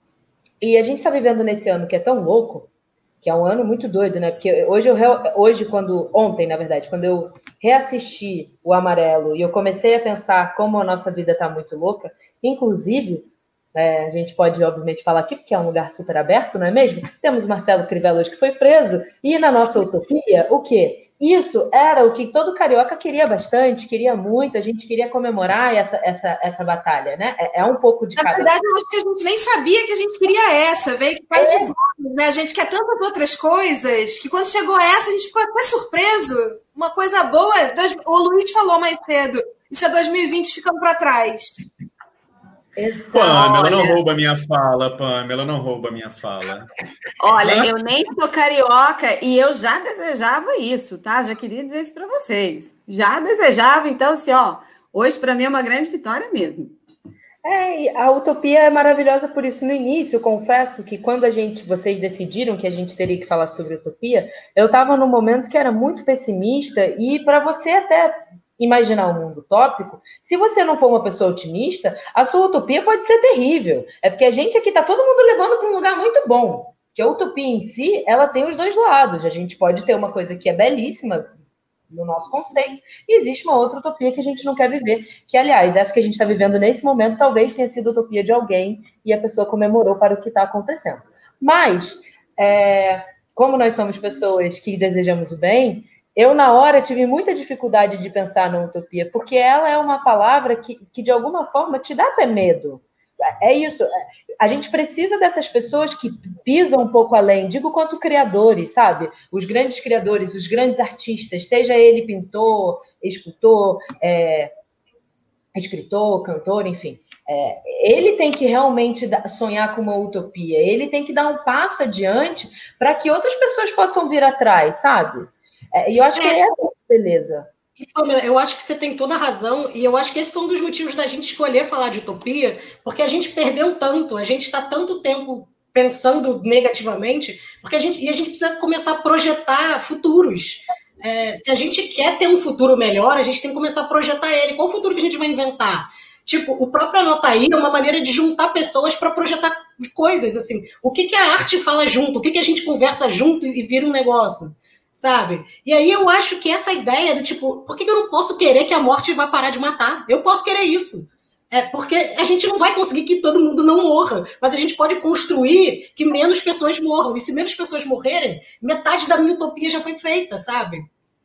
e a gente está vivendo nesse ano que é tão louco, que é um ano muito doido, né? Porque hoje, eu, hoje quando, ontem, na verdade, quando eu reassisti o Amarelo e eu comecei a pensar como a nossa vida está muito louca, inclusive, é, a gente pode, obviamente, falar aqui, porque é um lugar super aberto, não é mesmo? Temos Marcelo Crivella hoje que foi preso, e na nossa utopia, o quê? Isso era o que todo carioca queria bastante, queria muito, a gente queria comemorar essa, essa, essa batalha, né? É, é um pouco de Na cada... verdade, eu acho que a gente nem sabia que a gente queria essa, veio que faz é. de bônus, né? A gente quer tantas outras coisas, que quando chegou essa, a gente ficou até surpreso. Uma coisa boa, o Luiz falou mais cedo, isso é dois mil e vinte ficando para trás. Exato. Pamela, não rouba a minha fala, Pamela, não rouba a minha fala. Olha, eu nem sou carioca e eu já desejava isso, tá? Já queria dizer isso para vocês. Já desejava, então, assim, ó, hoje para mim é uma grande vitória mesmo. É, e a utopia é maravilhosa por isso. No início, eu confesso que quando a gente, vocês decidiram que a gente teria que falar sobre utopia, eu estava num momento que era muito pessimista e para você até imaginar um mundo utópico, se você não for uma pessoa otimista, a sua utopia pode ser terrível. É porque a gente aqui está todo mundo levando para um lugar muito bom. Que a utopia em si, ela tem os dois lados. A gente pode ter uma coisa que é belíssima no nosso conceito, e existe uma outra utopia que a gente não quer viver, que, aliás, essa que a gente está vivendo nesse momento talvez tenha sido a utopia de alguém e a pessoa comemorou para o que está acontecendo. Mas, é, como nós somos pessoas que desejamos o bem, eu, na hora, tive muita dificuldade de pensar na utopia, porque ela é uma palavra que, que de alguma forma, te dá até medo. É isso. A gente precisa dessas pessoas que pisam um pouco além, digo quanto criadores, sabe? Os grandes criadores, os grandes artistas, seja ele pintor, escultor, é, escritor, cantor, enfim. É, ele tem que realmente sonhar com uma utopia, ele tem que dar um passo adiante para que outras pessoas possam vir atrás, sabe? É, e eu acho que é essa beleza. Eu acho que você tem toda a razão, e eu acho que esse foi um dos motivos da gente escolher falar de utopia, porque a gente perdeu tanto, a gente está tanto tempo pensando negativamente, porque a gente, e a gente precisa começar a projetar futuros. É, se a gente quer ter um futuro melhor, a gente tem que começar a projetar ele. Qual o futuro que a gente vai inventar? Tipo, o próprio Anotaí é uma maneira de juntar pessoas para projetar coisas, assim. O que, que a arte fala junto? O que, que a gente conversa junto e vira um negócio? Sabe? E aí eu acho que essa ideia do tipo, por que eu não posso querer que a morte vá parar de matar? Eu posso querer isso. É porque a gente não vai conseguir que todo mundo não morra, mas a gente pode construir que menos pessoas morram. E se menos pessoas morrerem, metade da minha utopia já foi feita, sabe?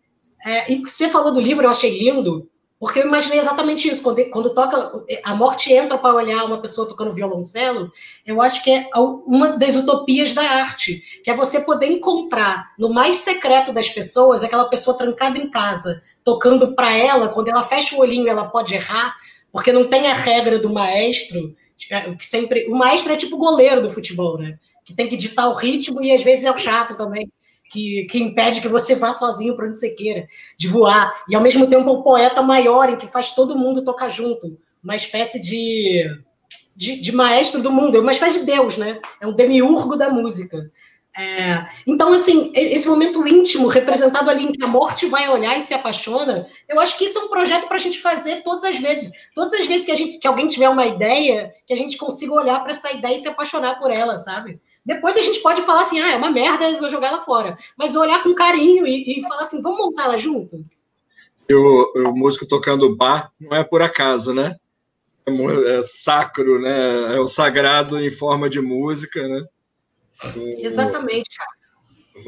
É, e você falou do livro, eu achei lindo, porque eu imaginei exatamente isso. Quando, quando toca, a morte entra para olhar uma pessoa tocando violoncelo, eu acho que é uma das utopias da arte, que é você poder encontrar no mais secreto das pessoas aquela pessoa trancada em casa, tocando para ela, quando ela fecha o olhinho ela pode errar, porque não tem a regra do maestro, que sempre... O maestro é tipo o goleiro do futebol, né? Que tem que ditar o ritmo e às vezes é o chato também. Que, que impede que você vá sozinho para onde você queira, de voar. E, ao mesmo tempo, o poeta maior, em que faz todo mundo tocar junto. Uma espécie de, de, de maestro do mundo, é uma espécie de Deus, né? É um demiurgo da música. É, então, assim, esse momento íntimo, representado ali em que a morte vai olhar e se apaixona, eu acho que isso é um projeto para a gente fazer todas as vezes. Todas as vezes que, a gente, que alguém tiver uma ideia, que a gente consiga olhar para essa ideia e se apaixonar por ela, sabe? Depois a gente pode falar assim, ah, é uma merda, eu vou jogar ela fora. Mas olhar com carinho e, e falar assim, vamos montar ela junto? E o, o músico tocando bar não é por acaso, né? É, é sacro, né? É o sagrado em forma de música, né? O, Exatamente, cara. O,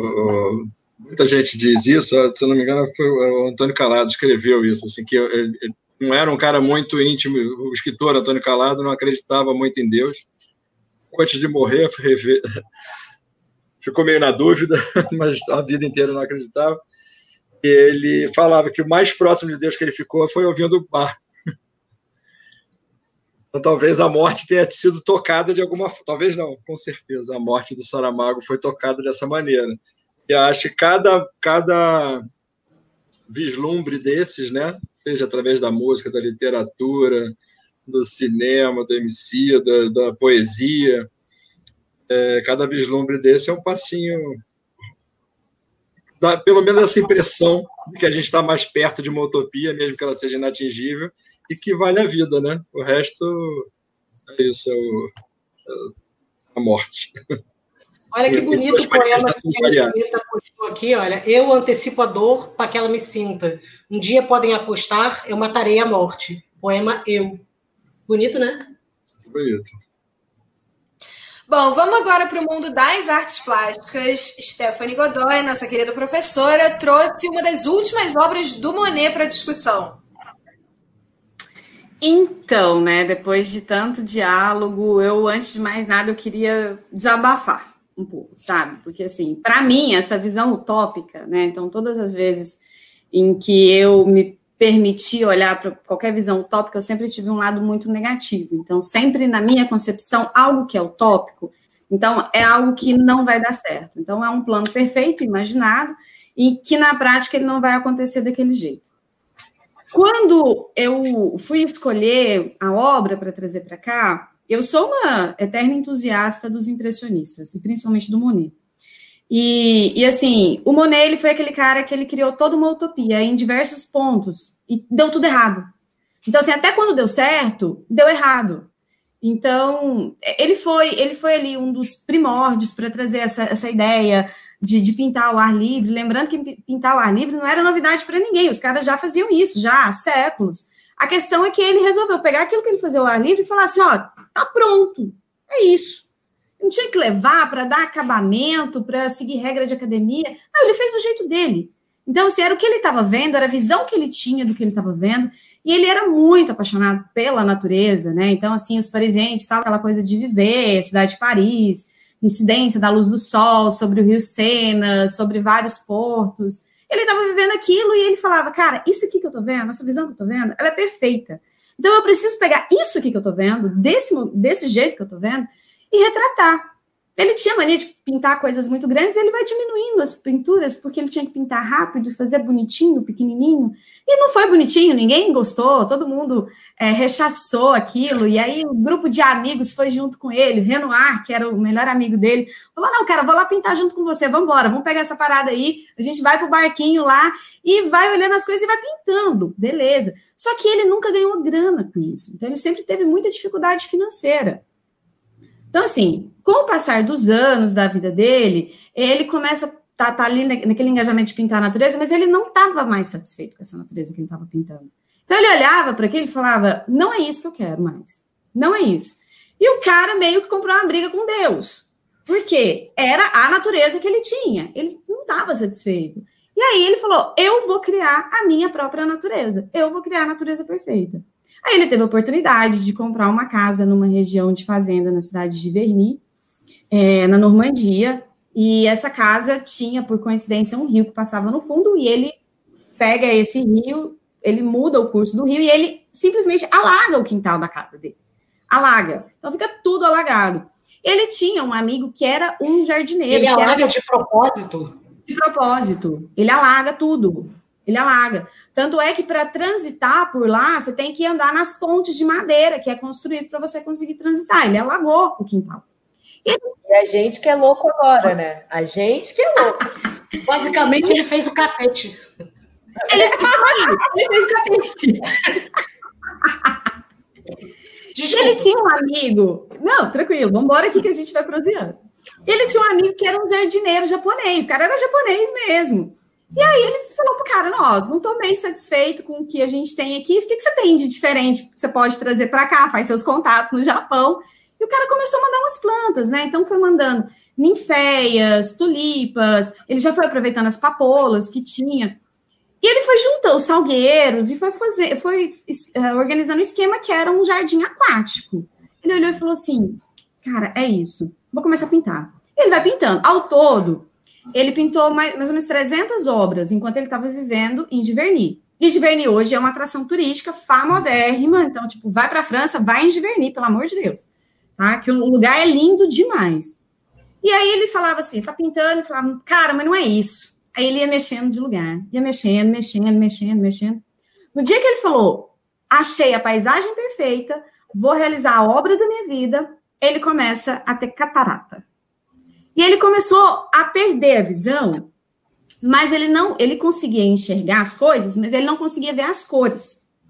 o, muita gente diz isso, se eu não me engano, foi o Antônio Calado escreveu isso, assim, que ele, ele não era um cara muito íntimo, o escritor Antônio Calado não acreditava muito em Deus. Antes de morrer, ficou meio na dúvida, mas a vida inteira não acreditava. E ele falava que o mais próximo de Deus que ele ficou foi ouvindo o bar. Então, talvez a morte tenha sido tocada de alguma forma. Talvez não, com certeza. A morte do Saramago foi tocada dessa maneira. E acho que cada, cada vislumbre desses, né, seja através da música, da literatura, do cinema, do M C, da, da poesia. É, cada vislumbre desse é um passinho, dá pelo menos essa impressão de que a gente está mais perto de uma utopia, mesmo que ela seja inatingível, e que vale a vida, né? O resto É isso, é, o, é a morte. Olha que bonito o poema que a Bonita postou aqui, olha. Eu antecipo a dor para que ela me sinta. Um dia podem apostar, eu matarei a morte. Poema Eu. Bonito, né? Bonito. Bom, vamos agora para o mundo das artes plásticas. Stephanie Godoy, nossa querida professora, trouxe uma das últimas obras do Monet para discussão. Então, né, depois de tanto diálogo, eu, antes de mais nada, eu queria desabafar um pouco, sabe? Porque, assim, para mim, essa visão utópica, né, então, todas as vezes em que eu me permiti olhar para qualquer visão utópica, eu sempre tive um lado muito negativo. Então, sempre na minha concepção, algo que é utópico, então, é algo que não vai dar certo. Então, é um plano perfeito, imaginado, e que, na prática, ele não vai acontecer daquele jeito. Quando eu fui escolher a obra para trazer para cá, eu sou uma eterna entusiasta dos impressionistas, e principalmente do Monet. E, e, assim, o Monet, ele foi aquele cara que ele criou toda uma utopia em diversos pontos, e deu tudo errado. Então, assim, até quando deu certo, deu errado. Então, ele foi, ele foi ali um dos primórdios para trazer essa, essa ideia de, de pintar ao ar livre, lembrando que pintar ao ar livre não era novidade para ninguém, os caras já faziam isso, já há séculos. A questão é que ele resolveu pegar aquilo que ele fazia ao ar livre e falar assim, ó, tá pronto, é isso. Não tinha que levar para dar acabamento, para seguir regra de academia, não, ele fez do jeito dele. Então, assim, era o que ele estava vendo, era a visão que ele tinha do que ele estava vendo, e ele era muito apaixonado pela natureza, né? Então, assim, os parisienses, tal, aquela coisa de viver, a cidade de Paris, incidência da luz do sol sobre o rio Sena, sobre vários portos. Ele estava vivendo aquilo e ele falava, cara, isso aqui que eu tô vendo, essa visão que eu tô vendo, ela é perfeita. Então, eu preciso pegar isso aqui que eu tô vendo, desse, desse jeito que eu tô vendo, e retratar. Ele tinha mania de pintar coisas muito grandes, ele vai diminuindo as pinturas, porque ele tinha que pintar rápido, fazer bonitinho, pequenininho, e não foi bonitinho, ninguém gostou, todo mundo é, rechaçou aquilo, e aí o grupo de amigos foi junto com ele, o Renoir, que era o melhor amigo dele, falou, não, cara, vou lá pintar junto com você, vamos embora, vamos pegar essa parada aí, a gente vai pro barquinho lá, e vai olhando as coisas e vai pintando, beleza. Só que ele nunca ganhou grana com isso, então ele sempre teve muita dificuldade financeira. Então, assim, com o passar dos anos da vida dele, ele começa a tá, tá ali naquele engajamento de pintar a natureza, mas ele não estava mais satisfeito com essa natureza que ele estava pintando. Então, ele olhava para aquilo e falava, não é isso que eu quero mais, não é isso. E o cara meio que comprou uma briga com Deus, porque era a natureza que ele tinha, ele não estava satisfeito. E aí ele falou, eu vou criar a minha própria natureza, eu vou criar a natureza perfeita. Aí ele teve a oportunidade de comprar uma casa numa região de fazenda na cidade de Verny, é, na Normandia, e essa casa tinha, por coincidência, um rio que passava no fundo, e ele pega esse rio, ele muda o curso do rio, e ele simplesmente alaga o quintal da casa dele. Alaga. Então fica tudo alagado. Ele tinha um amigo que era um jardineiro. Ele alaga era... de propósito? De propósito. Ele alaga tudo. Ele alaga. Tanto é que para transitar por lá, você tem que andar nas pontes de madeira, que é construído para você conseguir transitar. Ele alagou o quintal. E... e a gente que é louco agora, né? A gente que é louco. Basicamente, ele fez o capete. Ele, ele fez o capete. Desculpa. Ele tinha um amigo... Não, tranquilo, vamos embora aqui que a gente vai proseando. Ele tinha um amigo que era um jardineiro japonês. O cara era japonês mesmo. E aí ele falou pro cara, não, não tô bem satisfeito com o que a gente tem aqui, o que, que você tem de diferente que você pode trazer para cá, faz seus contatos no Japão. E o cara começou a mandar umas plantas, né? Então foi mandando ninféias, tulipas, ele já foi aproveitando as papoulas que tinha. E ele foi juntando os salgueiros e foi, fazer, foi uh, organizando um esquema que era um jardim aquático. Ele olhou e falou assim, cara, é isso, vou começar a pintar. Ele vai pintando. Ao todo... Ele pintou mais, mais ou menos trezentas obras enquanto ele estava vivendo em Giverny. E Giverny hoje é uma atração turística famosérrima. Então, tipo, vai para a França, vai em Giverny, pelo amor de Deus. Tá? Que o lugar é lindo demais. E aí ele falava assim, tá pintando, e falava, cara, mas não é isso. Aí ele ia mexendo de lugar. Ia mexendo, mexendo, mexendo, mexendo. No dia que ele falou, achei a paisagem perfeita, vou realizar a obra da minha vida, ele começa a ter catarata. E ele começou a perder a visão, mas ele não, ele conseguia enxergar as coisas, mas ele não conseguia ver as cores.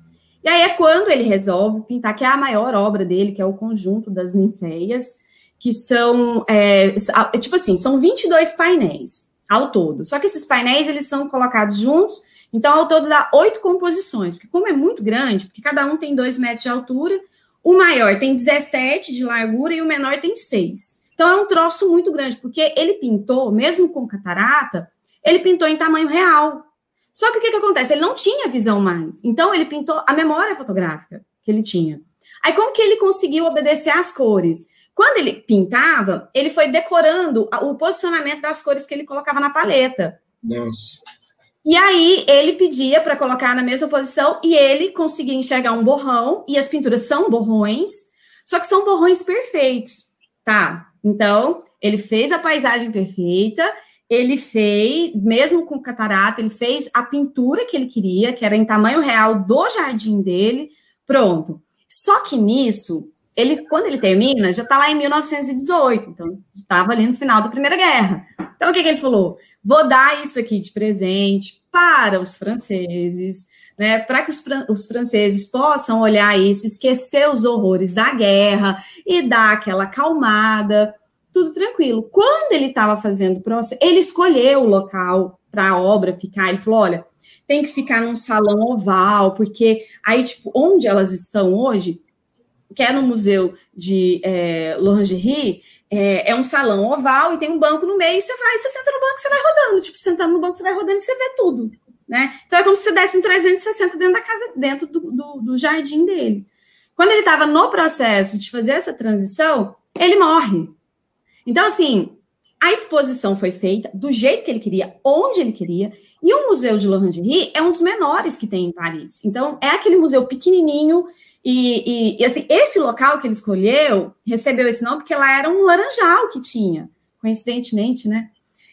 E aí é quando ele resolve pintar, que é a maior obra dele, que é o Conjunto das Ninféias, que são, é, tipo assim, são vinte e dois painéis ao todo. Só que esses painéis, eles são colocados juntos, então ao todo dá oito composições, porque como é muito grande, porque cada um tem dois metros de altura, o maior tem dezessete de largura e o menor tem seis. Então é um troço muito grande, porque ele pintou, mesmo com catarata, ele pintou em tamanho real. Só que o que, que acontece? Ele não tinha visão mais. Então, ele pintou a memória fotográfica que ele tinha. Aí, como que ele conseguiu obedecer às cores? Quando ele pintava, ele foi decorando o posicionamento das cores que ele colocava na paleta. Nossa. E aí, ele pedia para colocar na mesma posição e ele conseguia enxergar um borrão. E as pinturas são borrões, só que são borrões perfeitos, tá? Então, ele fez a paisagem perfeita. Ele fez, mesmo com catarata, ele fez a pintura que ele queria, que era em tamanho real do jardim dele, pronto. Só que nisso, ele, quando ele termina, já está lá em mil novecentos e dezoito, então estava ali no final da Primeira Guerra. Então, o que, que ele falou? Vou dar isso aqui de presente para os franceses, né, para que os, os franceses possam olhar isso, esquecer os horrores da guerra e dar aquela acalmada. Tudo tranquilo. Quando ele estava fazendo o processo, ele escolheu o local para a obra ficar. Ele falou, olha, tem que ficar num salão oval, porque aí, tipo, onde elas estão hoje, que é no Museu de é, L'Orangerie, é, é um salão oval e tem um banco no meio, e você vai, você senta no banco, você vai rodando. Tipo, sentando no banco, você vai rodando e você vê tudo, né? Então, é como se você desse um trezentos e sessenta dentro da casa, dentro do, do, do jardim dele. Quando ele estava no processo de fazer essa transição, ele morre. Então, assim, a exposição foi feita do jeito que ele queria, onde ele queria, e o Museu de L'Orangerie é um dos menores que tem em Paris. Então, é aquele museu pequenininho, e, e, e assim, esse local que ele escolheu, recebeu esse nome porque lá era um laranjal que tinha, coincidentemente, né?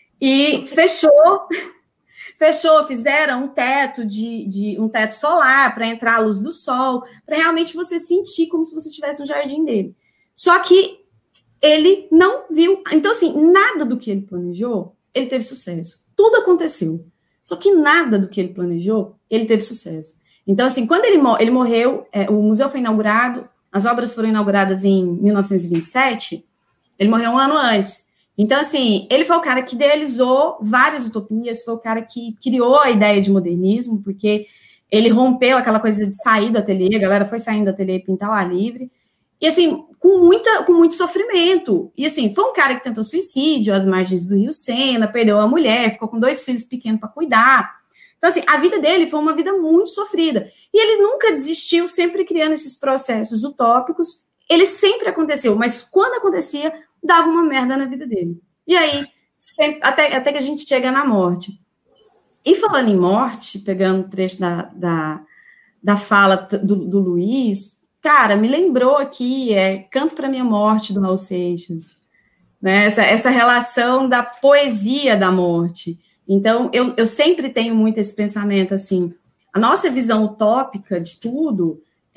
E fechou, fechou, fizeram um teto, de, de um teto solar para entrar a luz do sol, para realmente você sentir como se você tivesse um jardim dele. Só que ele não viu. Então, assim, nada do que ele planejou, ele teve sucesso. Tudo aconteceu. Só que nada do que ele planejou, ele teve sucesso. Então, assim, quando ele, ele morreu, é, o museu foi inaugurado, as obras foram inauguradas em mil novecentos e vinte e sete, ele morreu um ano antes. Então, assim, ele foi o cara que idealizou várias utopias, foi o cara que criou a ideia de modernismo, porque ele rompeu aquela coisa de sair do ateliê, a galera foi saindo do ateliê e pintar ao ar livre. E, assim, com, muita, com muito sofrimento. E, assim, foi um cara que tentou suicídio às margens do Rio Sena, perdeu a mulher, ficou com dois filhos pequenos para cuidar. Então, assim, a vida dele foi uma vida muito sofrida. E ele nunca desistiu, sempre criando esses processos utópicos. Ele sempre aconteceu, mas quando acontecia, dava uma merda na vida dele. E aí, sempre, até, até que a gente chega na morte. E falando em morte, pegando o trecho da, da, da fala do, do Luiz... Cara, me lembrou aqui, é Canto para Minha Morte, do Raul Seixas, né? Essa, essa relação da poesia da morte. Então, eu, eu sempre tenho muito esse pensamento, assim, a nossa visão utópica de tudo,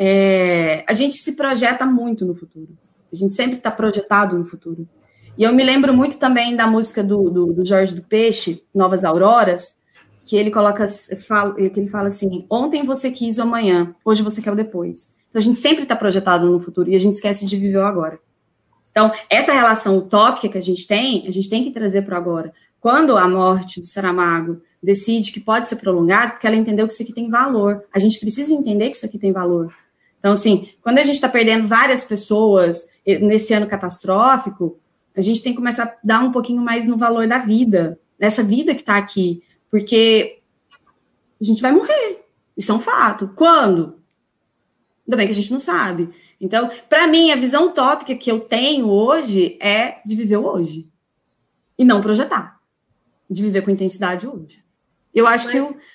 é, a gente se projeta muito no futuro. A gente sempre está projetado no futuro. E eu me lembro muito também da música do, do, do Jorge do Peixe, Novas Auroras, que ele coloca, fala, que ele fala assim, ontem você quis o amanhã, hoje você quer o depois. Então, a gente sempre está projetado no futuro e a gente esquece de viver o agora. Então, essa relação utópica que a gente tem, a gente tem que trazer para o agora. Quando a morte do Saramago decide que pode ser prolongada, porque ela entendeu que isso aqui tem valor. A gente precisa entender que isso aqui tem valor. Então, assim, quando a gente está perdendo várias pessoas nesse ano catastrófico, a gente tem que começar a dar um pouquinho mais no valor da vida, dessa vida que está aqui, porque a gente vai morrer. Isso é um fato. Quando? Ainda bem que a gente não sabe. Então, para mim, a visão utópica que eu tenho hoje é de viver o hoje. E não projetar. De viver com intensidade hoje. Eu acho mas, que... Eu...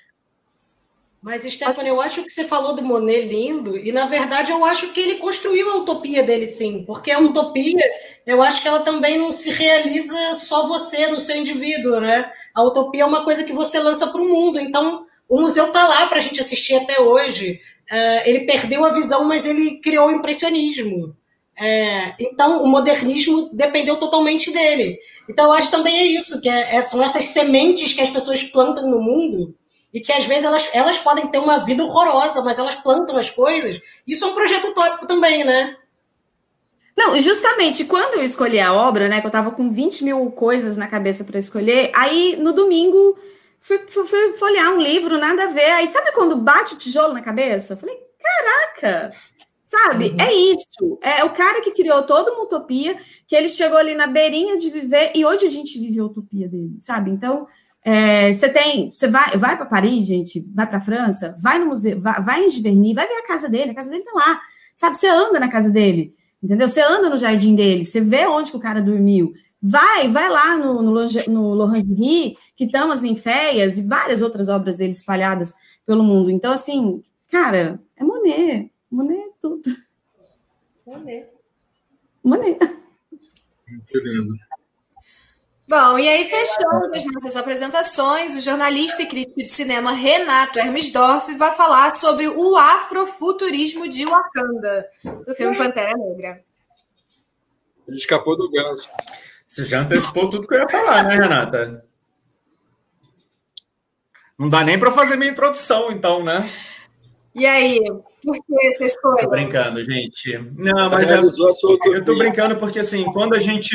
Mas, Stephanie, eu acho que você falou do Monet lindo, e, na verdade, eu acho que ele construiu a utopia dele, sim. Porque a utopia, eu acho que ela também não se realiza só você, no seu indivíduo, né? A utopia é uma coisa que você lança para o mundo. Então, o museu está lá para a gente assistir até hoje. Uh, ele perdeu a visão, mas ele criou o impressionismo. É, então, o modernismo dependeu totalmente dele. Então, eu acho também é isso, que é, é, são essas sementes que as pessoas plantam no mundo e que às vezes elas, elas podem ter uma vida horrorosa, mas elas plantam as coisas. Isso é um projeto utópico também, né? Não, justamente quando eu escolhi a obra, né, que eu tava com vinte mil coisas na cabeça para escolher, aí no domingo fui, fui, fui folhear um livro, nada a ver. Aí sabe quando bate o tijolo na cabeça? Eu falei, caraca, sabe? Uhum. É isso. É o cara que criou toda uma utopia, que ele chegou ali na beirinha de viver, e hoje a gente vive a utopia dele, sabe? Então, é, você tem, você vai, vai para Paris, gente, vai para França, vai no museu, vai, vai em Giverny, vai ver a casa dele, a casa dele tá lá, sabe? Você anda na casa dele. Entendeu? Você anda no jardim dele, você vê onde que o cara dormiu. Vai, vai lá no, no, no Lorangerie, que estão as ninféias e várias outras obras dele espalhadas pelo mundo. Então, assim, cara, é Monet. Monet é tudo. Monet. Monet. Muito lindo. Bom, e aí, fechando as nossas apresentações, o jornalista e crítico de cinema Renato Hermsdorf vai falar sobre o afrofuturismo de Wakanda, do filme Pantera Negra. Ele escapou do ganso. Você já antecipou tudo que eu ia falar, né, Renata? Não dá nem para fazer minha introdução, então, né? E aí, por que você escolheu? Tô brincando, gente. Não, mas realizou a sua utopia. Eu tô brincando porque, assim, quando a gente...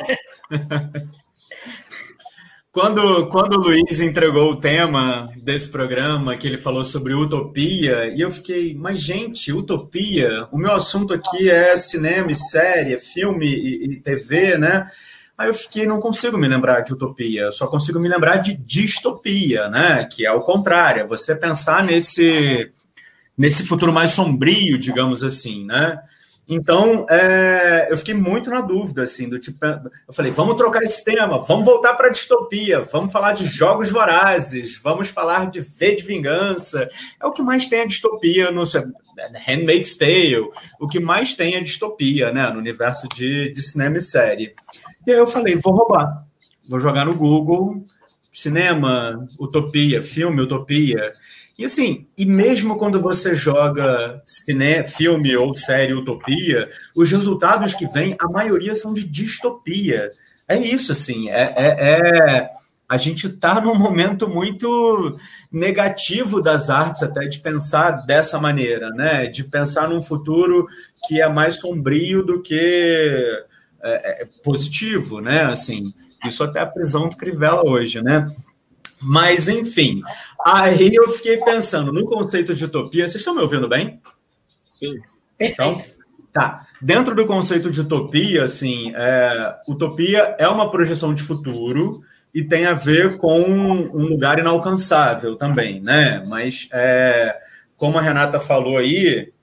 Quando, quando o Luiz entregou o tema desse programa, que ele falou sobre utopia, e eu fiquei, mas gente, utopia? O meu assunto aqui é cinema, série, filme e, e T V, né? Aí eu fiquei, não consigo me lembrar de utopia, só consigo me lembrar de distopia, né? Que é o contrário, é você pensar nesse, nesse futuro mais sombrio, digamos assim, né? Então, é, eu fiquei muito na dúvida, assim, do tipo, eu falei, vamos trocar esse tema, vamos voltar para a distopia, vamos falar de Jogos Vorazes, vamos falar de V de Vingança, é o que mais tem a distopia no Handmaid's Tale, o que mais tem a distopia, né, no universo de, de cinema e série. E aí eu falei, vou roubar, vou jogar no Google, cinema, utopia, filme, utopia. E assim, e mesmo quando você joga cine, filme ou série utopia, os resultados que vêm, a maioria são de distopia. É isso, assim, é, é, é a gente está num momento muito negativo das artes, até de pensar dessa maneira, né? De pensar num futuro que é mais sombrio do que é, é, positivo, né? Assim, isso até a prisão do Crivella hoje, né? Mas, enfim, aí eu fiquei pensando no conceito de utopia. Vocês estão me ouvindo bem? Sim. Então, tá. Dentro do conceito de utopia, assim, é, utopia é uma projeção de futuro e tem a ver com um lugar inalcançável também, né? Mas, é, como a Renata falou aí,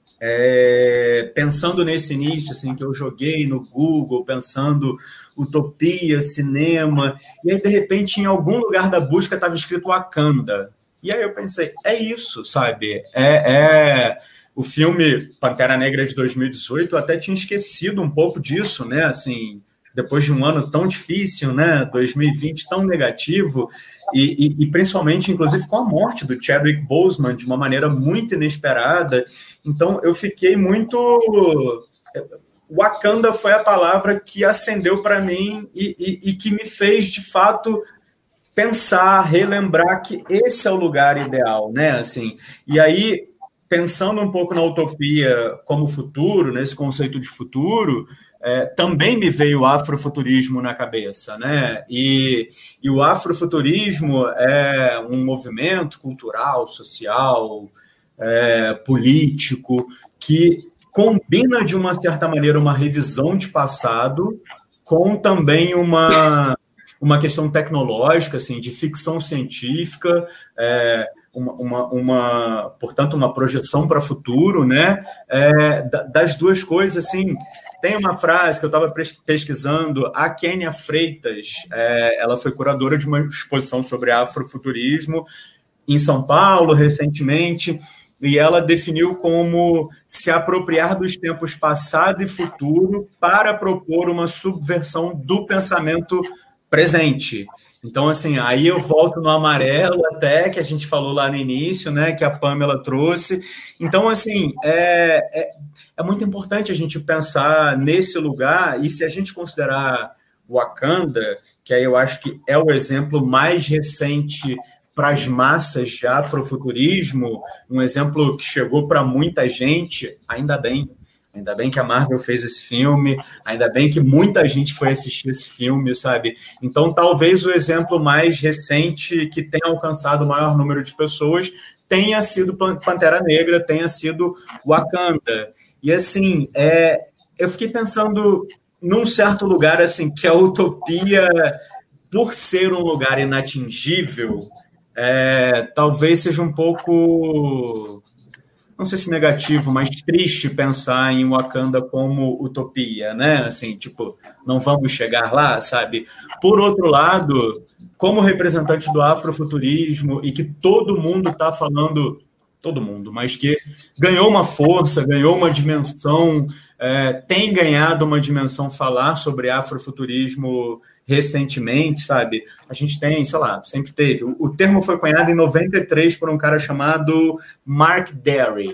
é, pensando nesse início, assim, que eu joguei no Google, pensando utopia, cinema, e aí, de repente, em algum lugar da busca estava escrito Wakanda. E aí eu pensei, é isso, sabe? É, é... O filme Pantera Negra de dois mil e dezoito, eu até tinha esquecido um pouco disso, né? Assim, depois de um ano tão difícil, né? dois mil e vinte tão negativo, e, e, e principalmente, inclusive, com a morte do Chadwick Boseman, de uma maneira muito inesperada. Então, eu fiquei muito... Wakanda foi a palavra que acendeu para mim e, e, e que me fez, de fato, pensar, relembrar que esse é o lugar ideal, né? Assim, e aí, pensando um pouco na utopia como futuro, nesse conceito de futuro, é, também me veio o afrofuturismo na cabeça, né? E, e o afrofuturismo é um movimento cultural, social, é, político, que combina, de uma certa maneira, uma revisão de passado com também uma, uma questão tecnológica, assim, de ficção científica, é, uma, uma, uma, portanto, uma projeção para o futuro, né? É, das duas coisas, assim, tem uma frase que eu estava pesquisando, a Kênia Freitas, é, ela foi curadora de uma exposição sobre afrofuturismo em São Paulo, recentemente, e ela definiu como se apropriar dos tempos passado e futuro para propor uma subversão do pensamento presente. Então, assim, aí eu volto no amarelo até, que a gente falou lá no início, né, que a Pamela trouxe. Então, assim, é, é, é muito importante a gente pensar nesse lugar, e se a gente considerar Wakanda, que aí eu acho que é o exemplo mais recente para as massas de afrofuturismo, um exemplo que chegou para muita gente, ainda bem. Ainda bem que a Marvel fez esse filme, ainda bem que muita gente foi assistir esse filme, sabe? Então, talvez o exemplo mais recente que tenha alcançado o maior número de pessoas tenha sido Pantera Negra, tenha sido Wakanda. E, assim, é, eu fiquei pensando num certo lugar, assim, que a utopia, por ser um lugar inatingível, é, talvez seja um pouco... não sei se negativo, mas triste pensar em Wakanda como utopia, né? Assim, tipo, não vamos chegar lá, sabe? Por outro lado, como representante do afrofuturismo e que todo mundo está falando, todo mundo, mas que ganhou uma força, ganhou uma dimensão, é, tem ganhado uma dimensão falar sobre afrofuturismo recentemente, sabe? A gente tem, sei lá, sempre teve. O, o termo foi cunhado em noventa e três por um cara chamado Mark Derry,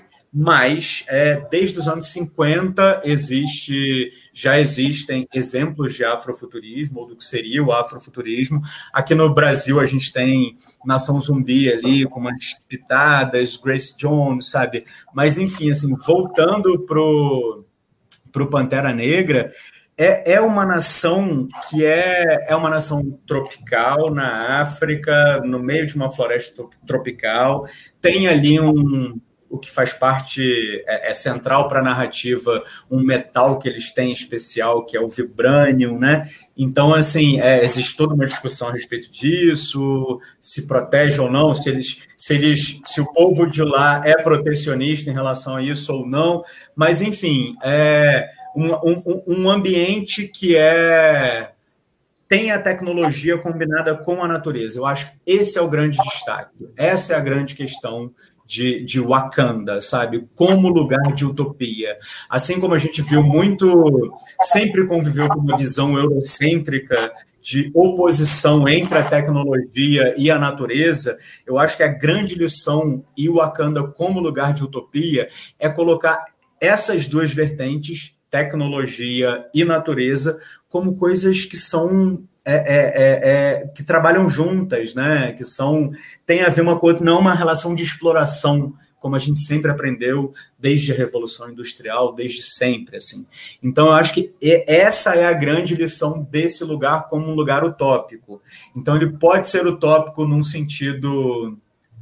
mas é, desde os anos cinquenta existe, já existem exemplos de afrofuturismo, ou do que seria o afrofuturismo. Aqui no Brasil a gente tem Nação Zumbi ali, com umas pitadas, Grace Jones, sabe? Mas, enfim, assim, voltando pro para o Pantera Negra, é, é uma nação que é, é uma nação tropical na África, no meio de uma floresta tropical, tem ali um, o que faz parte, é, é central para a narrativa, um metal que eles têm especial, que é o vibranium, né? Então, assim, é, existe toda uma discussão a respeito disso, se protege ou não, se eles, se eles, se o povo de lá é protecionista em relação a isso ou não, mas, enfim, é um, um, um ambiente que é, tem a tecnologia combinada com a natureza. Eu acho que esse é o grande destaque, essa é a grande questão De, de Wakanda, sabe? Como lugar de utopia. Assim como a gente viu muito, sempre conviveu com uma visão eurocêntrica de oposição entre a tecnologia e a natureza, eu acho que a grande lição em Wakanda como lugar de utopia é colocar essas duas vertentes, tecnologia e natureza, como coisas que são... É, é, é, é, que trabalham juntas, né? Que são, tem a ver uma com outra, não uma relação de exploração, como a gente sempre aprendeu desde a Revolução Industrial, desde sempre, assim. Então, eu acho que essa é a grande lição desse lugar como um lugar utópico. Então, ele pode ser utópico num sentido...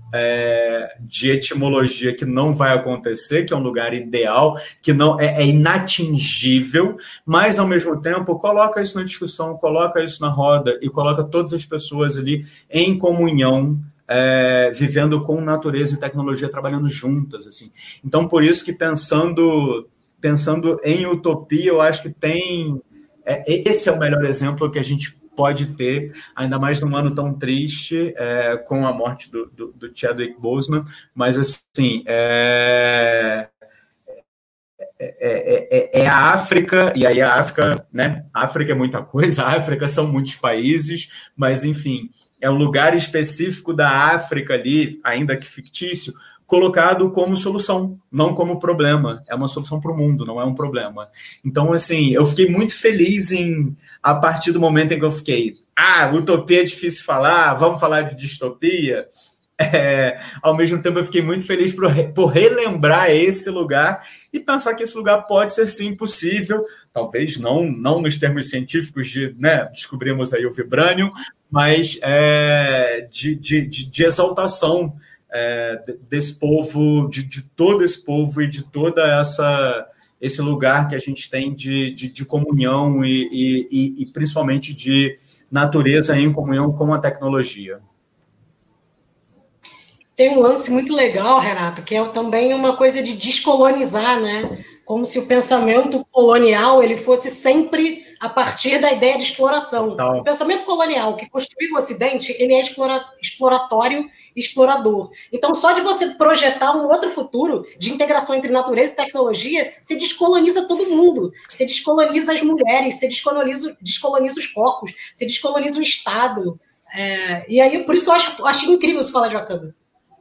É, de etimologia que não vai acontecer, que é um lugar ideal, que não é, é inatingível, mas, ao mesmo tempo, coloca isso na discussão, coloca isso na roda e coloca todas as pessoas ali em comunhão, é, vivendo com natureza e tecnologia, trabalhando juntas, assim. Então, por isso que pensando, pensando em utopia, eu acho que tem... É, esse é o melhor exemplo que a gente pode ter, ainda mais num ano tão triste, é, com a morte do, do, do Chadwick Boseman, mas, assim, é, é, é, é a África, e aí a África, né, a África é muita coisa, a África são muitos países, mas, enfim, é um lugar específico da África ali, ainda que fictício, colocado como solução, não como problema. É uma solução para o mundo, não é um problema. Então, assim, eu fiquei muito feliz em, a partir do momento em que eu fiquei, ah, utopia é difícil falar, vamos falar de distopia. É, ao mesmo tempo, eu fiquei muito feliz por, por relembrar esse lugar e pensar que esse lugar pode ser, sim, possível, talvez não, não nos termos científicos de, né, descobrimos aí o vibranium, mas é, de, de, de, de exaltação É, desse povo, de, de todo esse povo e de toda essa esse lugar que a gente tem de, de, de comunhão e, e, e principalmente de natureza em comunhão com a tecnologia. Tem um lance muito legal, Renato, que é também uma coisa de descolonizar, né? Como se o pensamento colonial ele fosse sempre a partir da ideia de exploração. Total. O pensamento colonial que construiu o Ocidente, ele é explora, exploratório e explorador. Então, só de você projetar um outro futuro de integração entre natureza e tecnologia, você descoloniza todo mundo. Você descoloniza as mulheres, você descoloniza, descoloniza os corpos, você descoloniza o Estado. É, e aí, por isso que eu acho, acho incrível você falar de Wakanda.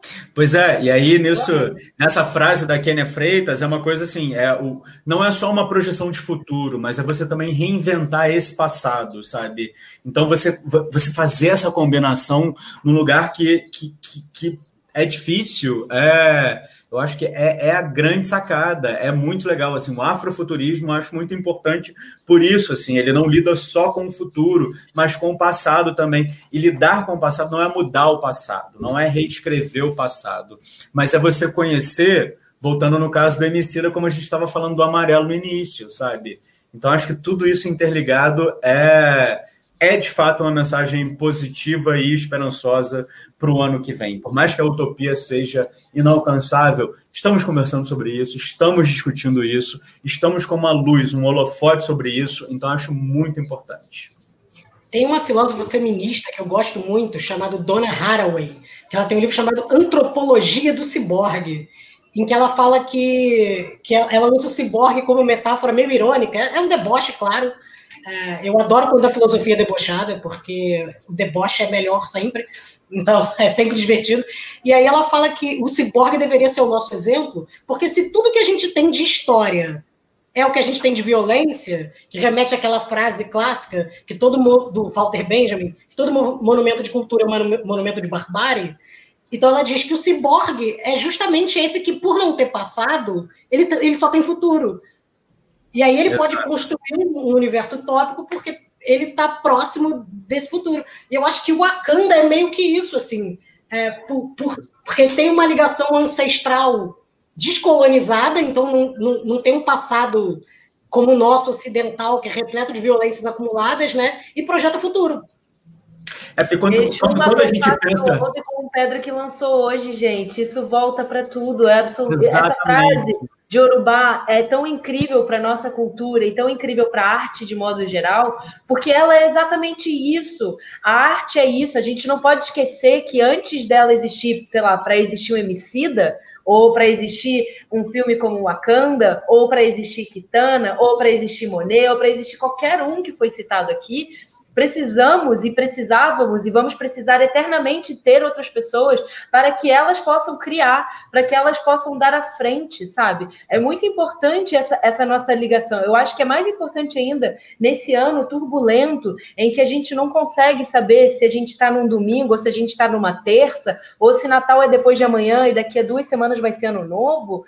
Pois é, e aí nisso, nessa frase da Kênia Freitas é uma coisa assim, é o, não é só uma projeção de futuro, mas é você também reinventar esse passado, sabe? Então você, você fazer essa combinação num lugar que, que, que, que é difícil, é, eu acho que é, é a grande sacada, é muito legal, assim, o afrofuturismo eu acho muito importante por isso, assim, ele não lida só com o futuro, mas com o passado também, e lidar com o passado não é mudar o passado, não é reescrever o passado, mas é você conhecer, voltando no caso do Emicida, como a gente estava falando do Amarelo no início, sabe? Então acho que tudo isso interligado é... é de fato uma mensagem positiva e esperançosa para o ano que vem. Por mais que a utopia seja inalcançável, estamos conversando sobre isso, estamos discutindo isso, estamos com uma luz, um holofote sobre isso, então acho muito importante. Tem uma filósofa feminista que eu gosto muito, chamada Donna Haraway, que ela tem um livro chamado Antropologia do Ciborgue, em que ela fala que, que ela usa o ciborgue como metáfora meio irônica, é um deboche, claro. É, eu adoro quando a filosofia é debochada, porque o deboche é melhor sempre, então é sempre divertido. E aí ela fala que o ciborgue deveria ser o nosso exemplo, porque se tudo que a gente tem de história é o que a gente tem de violência, que remete àquela frase clássica que todo do Walter Benjamin, que todo monumento de cultura é um monumento de barbárie, então ela diz que o ciborgue é justamente esse que, por não ter passado, ele, ele só tem futuro. E aí ele pode construir um universo utópico porque ele está próximo desse futuro. E eu acho que o Wakanda é meio que isso, assim, é, por, por, porque tem uma ligação ancestral descolonizada, então não, não, não tem um passado como o nosso ocidental, que é repleto de violências acumuladas, né? E projeta futuro. É porque quando, quando, quando a gente pensa... Com pedra que lançou hoje, gente, isso volta para tudo. É absoluto. Essa frase de Yorubá é tão incrível para a nossa cultura e tão incrível para a arte de modo geral, porque ela é exatamente isso. A arte é isso. A gente não pode esquecer que antes dela existir, sei lá, para existir o Emicida, ou para existir um filme como Wakanda, ou para existir Kitana, ou para existir Monet, ou para existir qualquer um que foi citado aqui, precisamos e precisávamos e vamos precisar eternamente ter outras pessoas para que elas possam criar, para que elas possam dar à frente, sabe? É muito importante essa, essa nossa ligação. Eu acho que é mais importante ainda nesse ano turbulento em que a gente não consegue saber se a gente está num domingo ou se a gente está numa terça ou se Natal é depois de amanhã e daqui a duas semanas vai ser ano novo.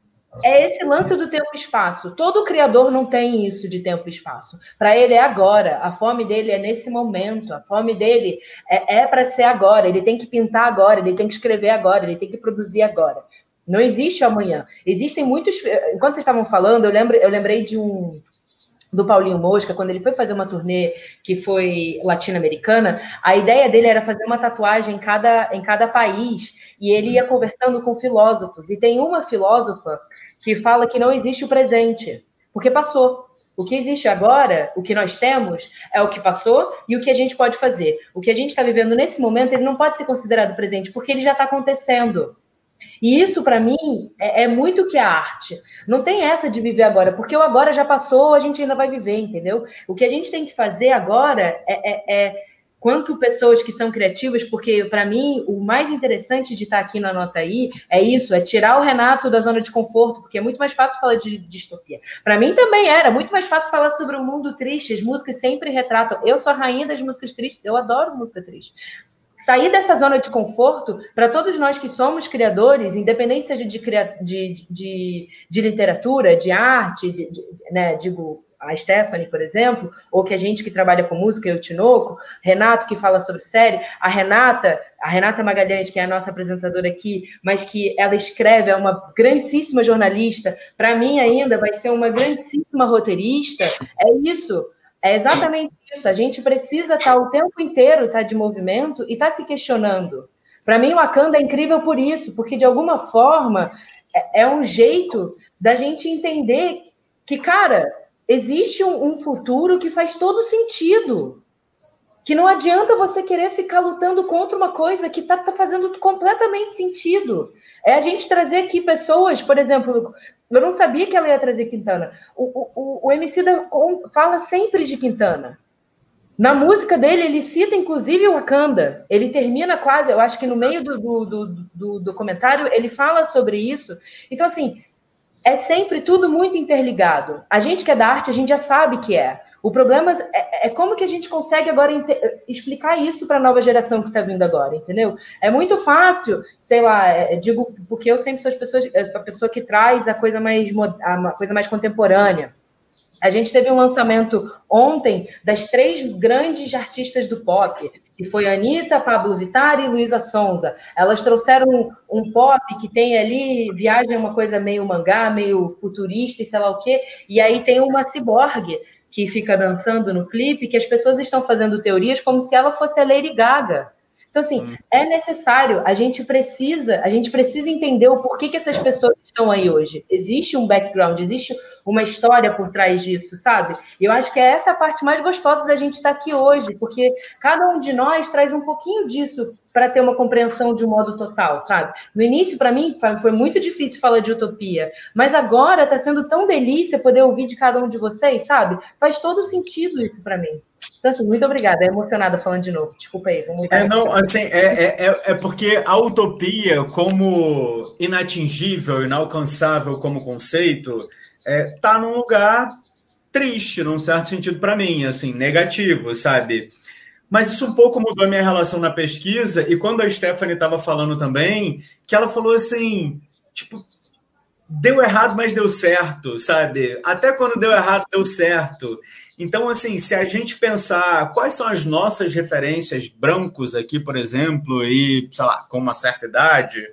É esse lance do tempo e espaço. Todo criador não tem isso de tempo e espaço. Para ele é agora. A fome dele é nesse momento. A fome dele é, é para ser agora. Ele tem que pintar agora. Ele tem que escrever agora. Ele tem que produzir agora. Não existe amanhã. Existem muitos... Enquanto vocês estavam falando, eu, lembro, eu lembrei de um... do Paulinho Mosca, quando ele foi fazer uma turnê que foi latino-americana, a ideia dele era fazer uma tatuagem em cada, em cada país, e ele ia conversando com filósofos. E tem uma filósofa que fala que não existe o presente, porque passou. O que existe agora, o que nós temos, é o que passou e o que a gente pode fazer. O que a gente está vivendo nesse momento, ele não pode ser considerado presente, porque ele já está acontecendo. E isso, para mim, é, é muito que a arte. Não tem essa de viver agora, porque o agora já passou, a gente ainda vai viver, entendeu? O que a gente tem que fazer agora é... é, é quanto pessoas que são criativas, porque, para mim, o mais interessante de estar aqui na Nota I é isso, é tirar o Renato da zona de conforto, porque é muito mais fácil falar de distopia. Para mim também era muito mais fácil falar sobre um mundo triste, as músicas sempre retratam. Eu sou a rainha das músicas tristes, eu adoro música triste. Sair dessa zona de conforto, para todos nós que somos criadores, independente seja de, de, de, de literatura, de arte, de, de, né, digo... a Stephanie, por exemplo, ou que a gente que trabalha com música, eu, Tinoco, Renato, que fala sobre série, a Renata, a Renata Magalhães, que é a nossa apresentadora aqui, mas que ela escreve, é uma grandíssima jornalista, para mim ainda vai ser uma grandíssima roteirista, é isso, é exatamente isso, a gente precisa estar o tempo inteiro, estar de movimento e estar se questionando. Para mim, o Wakanda é incrível por isso, porque de alguma forma é, é um jeito da gente entender que, cara, existe um, um futuro que faz todo sentido. Que não adianta você querer ficar lutando contra uma coisa que está tá fazendo completamente sentido. É a gente trazer aqui pessoas, por exemplo, eu não sabia que ela ia trazer Quintana. O, o, o Emicida fala sempre de Quintana. Na música dele, ele cita, inclusive, o Wakanda. Ele termina quase, eu acho que no meio do, do, do, do documentário, ele fala sobre isso. Então, assim, é sempre tudo muito interligado. A gente que é da arte, a gente já sabe que é. O problema é, é como que a gente consegue agora explicar isso para a nova geração que está vindo agora, entendeu? É muito fácil, sei lá, é, digo porque eu sempre sou as pessoas, a pessoa que traz a coisa mais, a coisa mais contemporânea. A gente teve um lançamento ontem das três grandes artistas do pop, que foi a Anitta, Pablo Vittar e Luísa Sonza. Elas trouxeram um, um pop que tem ali, viagem, uma coisa meio mangá, meio futurista e sei lá o quê, e aí tem uma ciborgue que fica dançando no clipe, que as pessoas estão fazendo teorias como se ela fosse a Lady Gaga. Então, assim, hum. é necessário, a gente precisa, a gente precisa entender o porquê que essas pessoas estão aí hoje. Existe um background, existe uma história por trás disso, sabe? E eu acho que é essa a parte mais gostosa da gente estar aqui hoje, porque cada um de nós traz um pouquinho disso para ter uma compreensão de um modo total, sabe? No início, para mim, foi muito difícil falar de utopia, mas agora está sendo tão delícia poder ouvir de cada um de vocês, sabe? Faz todo sentido isso para mim. Então, assim, muito obrigada. É emocionada falando de novo. Desculpa aí. Vamos é, não, assim, é, é, é porque a utopia, como inatingível, inalcançável como conceito, é, tá num lugar triste, num certo sentido, para mim, assim, negativo, sabe? Mas isso um pouco mudou a minha relação na pesquisa, e quando a Stephanie estava falando também, que ela falou assim, tipo, deu errado, mas deu certo, sabe? Até quando deu errado, deu certo. Então, assim, se a gente pensar quais são as nossas referências brancos aqui, por exemplo, e, sei lá, com uma certa idade,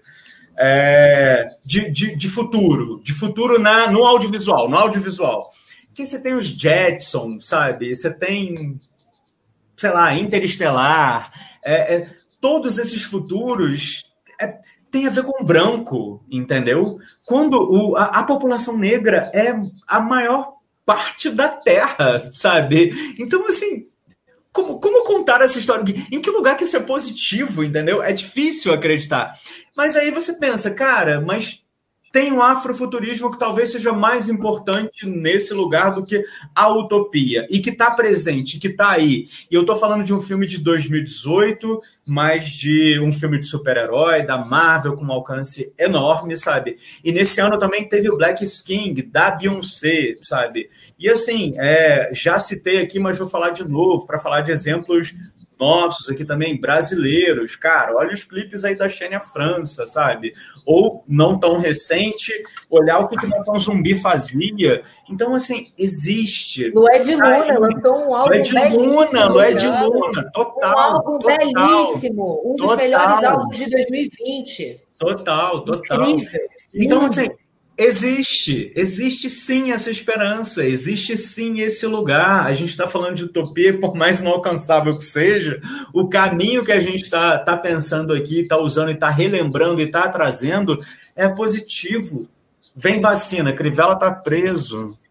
é, de, de, de futuro, de futuro na, no audiovisual, no audiovisual. Porque você tem os Jetsons, sabe? Você tem, sei lá, Interestelar, é, é, todos esses futuros é, tem a ver com branco, entendeu? Quando o, a, a população negra é a maior parte da Terra, sabe? Então, assim, como, como contar essa história? Em que lugar que isso é positivo, entendeu? É difícil acreditar. Mas aí você pensa, cara, mas tem um afrofuturismo que talvez seja mais importante nesse lugar do que a utopia, e que está presente, que está aí. E eu estou falando de um filme de dois mil e dezoito, mas de um filme de super-herói, da Marvel, com um alcance enorme, sabe? E nesse ano também teve o Black King, da Beyoncé, sabe? E assim, é, já citei aqui, mas vou falar de novo, para falar de exemplos nossos aqui também, brasileiros, cara, olha os clipes aí da Xênia França, sabe? Ou, não tão recente, olhar o que o Nação Zumbi fazia. Então, assim, existe. Lué de Luna aí, lançou um álbum Lué de Luna, Lué de Luna, total. Um álbum total, belíssimo, um dos total, melhores álbuns de dois mil e vinte. Total, total. Incrível. Então, assim, existe, existe sim essa esperança, existe sim esse lugar. A gente está falando de utopia, por mais inalcançável que seja, o caminho que a gente está tá pensando aqui, está usando e está relembrando e está trazendo é positivo. Vem vacina, Crivella está preso.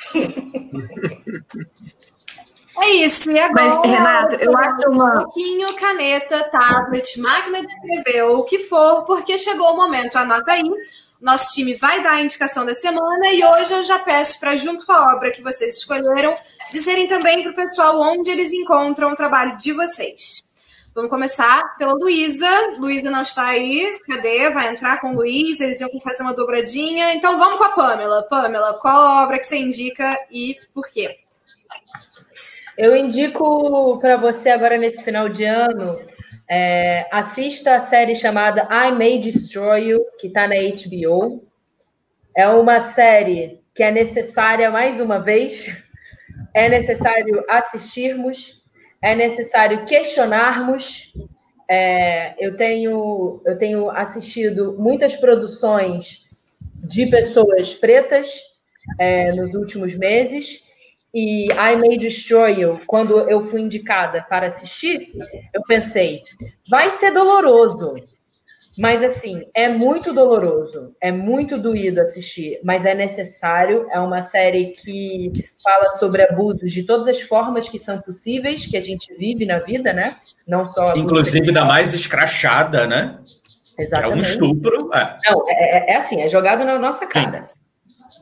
É isso, e agora, mas, Renato, eu acho uma... um pouquinho, caneta, tablet, máquina de escrever, ou o que for, porque chegou o momento, anota aí. Nosso time vai dar a indicação da semana e hoje eu já peço para, junto com a obra que vocês escolheram, dizerem também para o pessoal onde eles encontram o trabalho de vocês. Vamos começar pela Luísa. Luísa não está aí. Cadê? Vai entrar com o Luiz, eles iam fazer uma dobradinha. Então vamos com a Pamela. Pamela, qual a obra que você indica e por quê? Eu indico para você agora nesse final de ano... É, assista a série chamada I May Destroy You, que está na H B O. É uma série que é necessária, mais uma vez, é necessário assistirmos, é necessário questionarmos. É, eu, tenho, eu tenho assistido muitas produções de pessoas pretas é, nos últimos meses, e I May Destroy You, quando eu fui indicada para assistir, eu pensei, vai ser doloroso, mas assim, é muito doloroso, é muito doído assistir, mas é necessário, é uma série que fala sobre abusos de todas as formas que são possíveis, que a gente vive na vida, né? Não só... Inclusive da mais escrachada, né? Exatamente. É um estupro. É. Não, é, é assim, é jogado na nossa cara. Sim.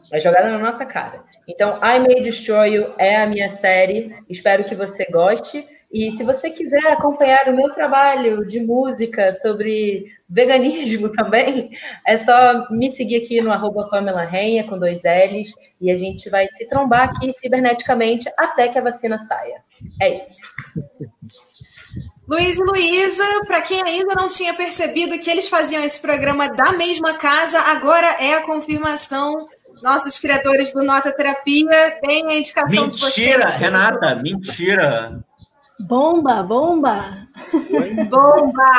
É jogada na nossa cara. Então, I May Destroy You é a minha série. Espero que você goste. E se você quiser acompanhar o meu trabalho de música sobre veganismo também, é só me seguir aqui no arroba Pamela Renha, com dois L's, e a gente vai se trombar aqui ciberneticamente até que a vacina saia. É isso. Luiz e Luísa, para quem ainda não tinha percebido que eles faziam esse programa da mesma casa, agora é a confirmação. Nossos criadores do Nota Terapia têm a indicação mentira, de vocês. Mentira, Renata, mentira. Bomba, bomba. Bomba.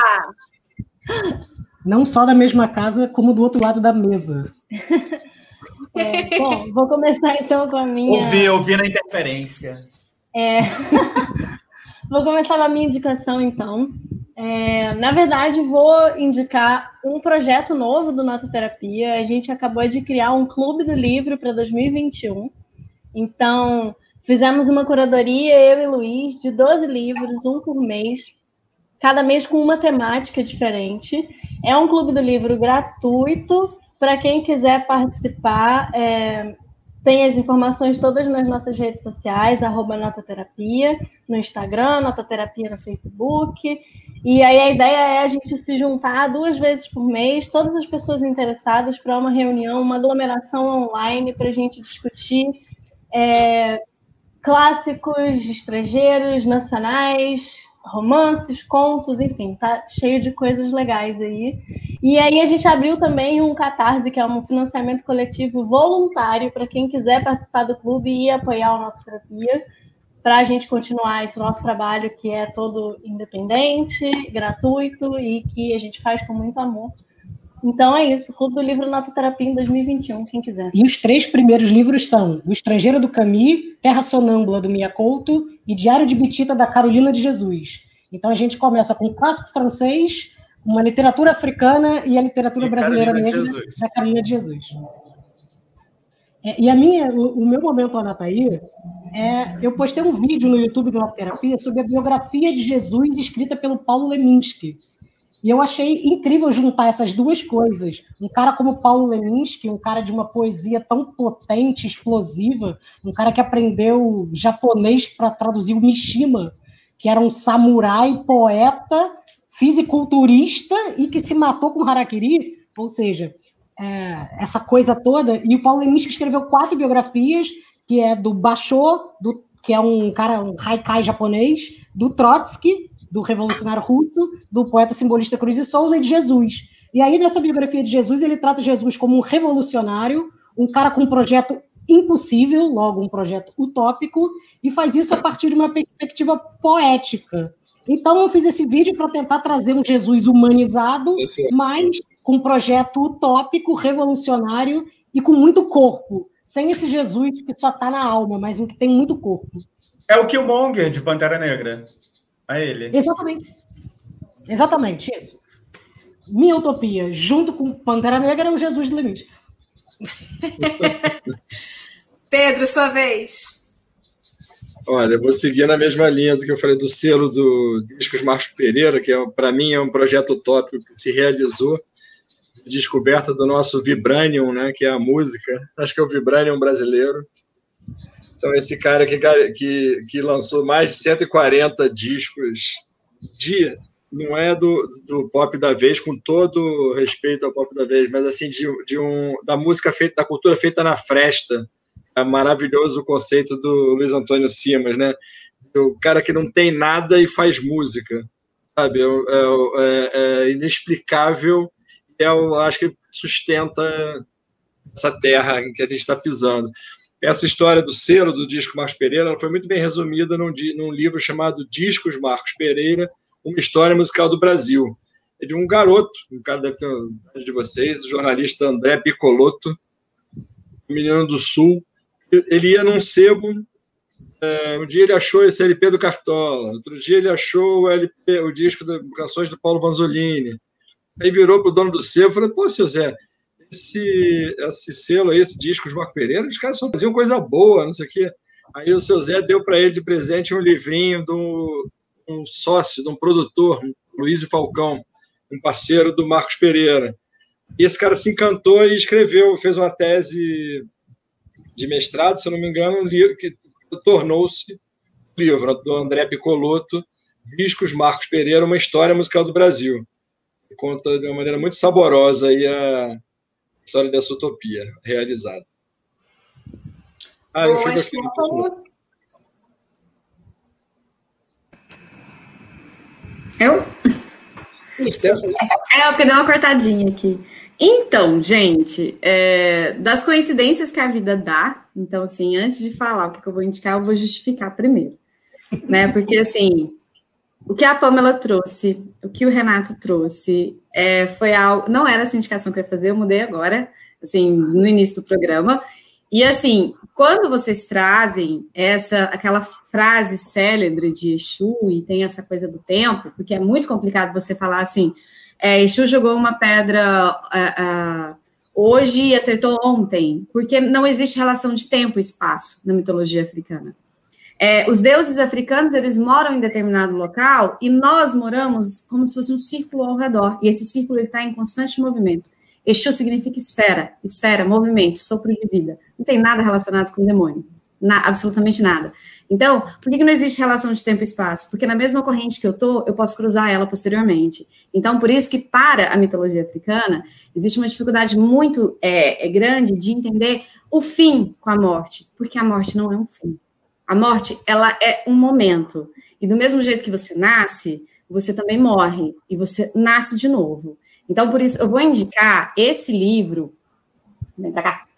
Não só da mesma casa, como do outro lado da mesa. É, bom, vou começar então com a minha... Ouvi, ouvi na interferência. É... Vou começar com a minha indicação, então. É, na verdade, vou indicar um projeto novo do Nota Terapia. A gente acabou de criar um clube do livro para dois mil e vinte e um. Então, fizemos uma curadoria, eu e Luiz, de doze livros, um por mês, cada mês com uma temática diferente. É um clube do livro gratuito. Para quem quiser participar, é... tem as informações todas nas nossas redes sociais, arroba Notaterapia, no Instagram, Notaterapia no Facebook. E aí a ideia é a gente se juntar duas vezes por mês, todas as pessoas interessadas, para uma reunião, uma aglomeração online, para a gente discutir é, clássicos estrangeiros, nacionais, romances, contos, enfim, tá cheio de coisas legais aí. E aí a gente abriu também um Catarse, que é um financiamento coletivo voluntário para quem quiser participar do clube e apoiar o Nota Terapia, para a gente continuar esse nosso trabalho que é todo independente, gratuito e que a gente faz com muito amor. Então é isso, Clube do Livro Nota Terapia em dois mil e vinte e um, quem quiser. E os três primeiros livros são O Estrangeiro do Camus, Terra Sonâmbula do Mia Couto e Diário de Bitita da Carolina de Jesus. Então a gente começa com o clássico francês, uma literatura africana e a literatura e brasileira negra da Carolina de Jesus. É, e a minha, o, o meu momento Anataí é, eu postei um vídeo no YouTube do Nota Terapia sobre a biografia de Jesus escrita pelo Paulo Leminski. E eu achei incrível juntar essas duas coisas. Um cara como Paulo Leminski, um cara de uma poesia tão potente, explosiva, um cara que aprendeu japonês para traduzir o Mishima, que era um samurai, poeta, fisiculturista e que se matou com harakiri. Ou seja, é, essa coisa toda. E o Paulo Leminski escreveu quatro biografias, que é do Basho, do, que é um cara, um haikai japonês, do Trotsky, do revolucionário russo, do poeta simbolista Cruz de Souza e de Jesus. E aí, nessa biografia de Jesus, ele trata Jesus como um revolucionário, um cara com um projeto impossível, logo um projeto utópico, e faz isso a partir de uma perspectiva poética. Então, eu fiz esse vídeo para tentar trazer um Jesus humanizado, sim, sim. mas com um projeto utópico, revolucionário e com muito corpo. Sem esse Jesus que só está na alma, mas que tem muito corpo. É o Killmonger de Pantera Negra. É ele. Exatamente. Exatamente, isso. Minha utopia, junto com Pantera Negra, é o Jesus de Leminski. Pedro, sua vez. Olha, eu vou seguir na mesma linha do que eu falei do selo do Discos Marcos Pereira, que é, para mim é um projeto utópico que se realizou, descoberta do nosso Vibranium, né, que é a música. Acho que é o Vibranium brasileiro. Então, esse cara que, que, que lançou mais de cento e quarenta discos dia, não é do, do pop da vez, com todo respeito ao pop da vez, mas assim, de, de um, da música feita, da cultura feita na fresta. É maravilhoso o conceito do Luiz Antônio Simas, né? O cara que não tem nada e faz música, sabe? É, é, é inexplicável, e eu acho que sustenta essa terra em que a gente está pisando. Essa história do selo do Disco Marcos Pereira ela foi muito bem resumida num, num livro chamado Discos Marcos Pereira, uma história musical do Brasil. É de um garoto, um cara deve ter um de vocês, o jornalista André Piccolotto, menino do Sul. Ele ia num sebo, é, um dia ele achou esse L P do Cartola, outro dia ele achou o, L P, o disco de canções do Paulo Vanzolini. Aí virou para o dono do sebo e falou, pô, seu Zé, Esse, esse selo aí, esse disco, os Marco Pereira, os caras só faziam coisa boa, não sei o quê. Aí o seu Zé deu para ele de presente um livrinho de um, um sócio, de um produtor, Luiz Falcão, um parceiro do Marcos Pereira. E esse cara se encantou e escreveu, fez uma tese de mestrado, se eu não me engano, um livro que tornou-se livro do André Piccolotto, Discos Marcos Pereira, uma história musical do Brasil. Conta de uma maneira muito saborosa aí a história dessa utopia realizada. Ah, Boa, eu fico Eu? É, porque deu uma cortadinha aqui. Então, gente, é, das coincidências que a vida dá, então, assim, antes de falar o que eu vou indicar, eu vou justificar primeiro, né? Porque, assim, o que a Pamela trouxe, o que o Renato trouxe, é, foi algo, não era essa indicação que eu ia fazer, eu mudei agora, assim, no início do programa, e, assim, quando vocês trazem essa, aquela frase célebre de Exu, e tem essa coisa do tempo, porque é muito complicado você falar assim, é, Exu jogou uma pedra uh, uh, hoje e acertou ontem, porque não existe relação de tempo e espaço na mitologia africana. É, os deuses africanos, eles moram em determinado local e nós moramos como se fosse um círculo ao redor, e esse círculo está em constante movimento. Exu significa esfera, esfera, movimento, sopro de vida. Não tem nada relacionado com o demônio, na, absolutamente nada. Então, por que, que não existe relação de tempo e espaço? Porque na mesma corrente que eu tô, eu posso cruzar ela posteriormente. Então, por isso que para a mitologia africana, existe uma dificuldade muito é, é grande de entender o fim com a morte, porque a morte não é um fim. A morte, ela é um momento. E do mesmo jeito que você nasce, você também morre, e você nasce de novo. Então, por isso, eu vou indicar esse livro, vem pra cá,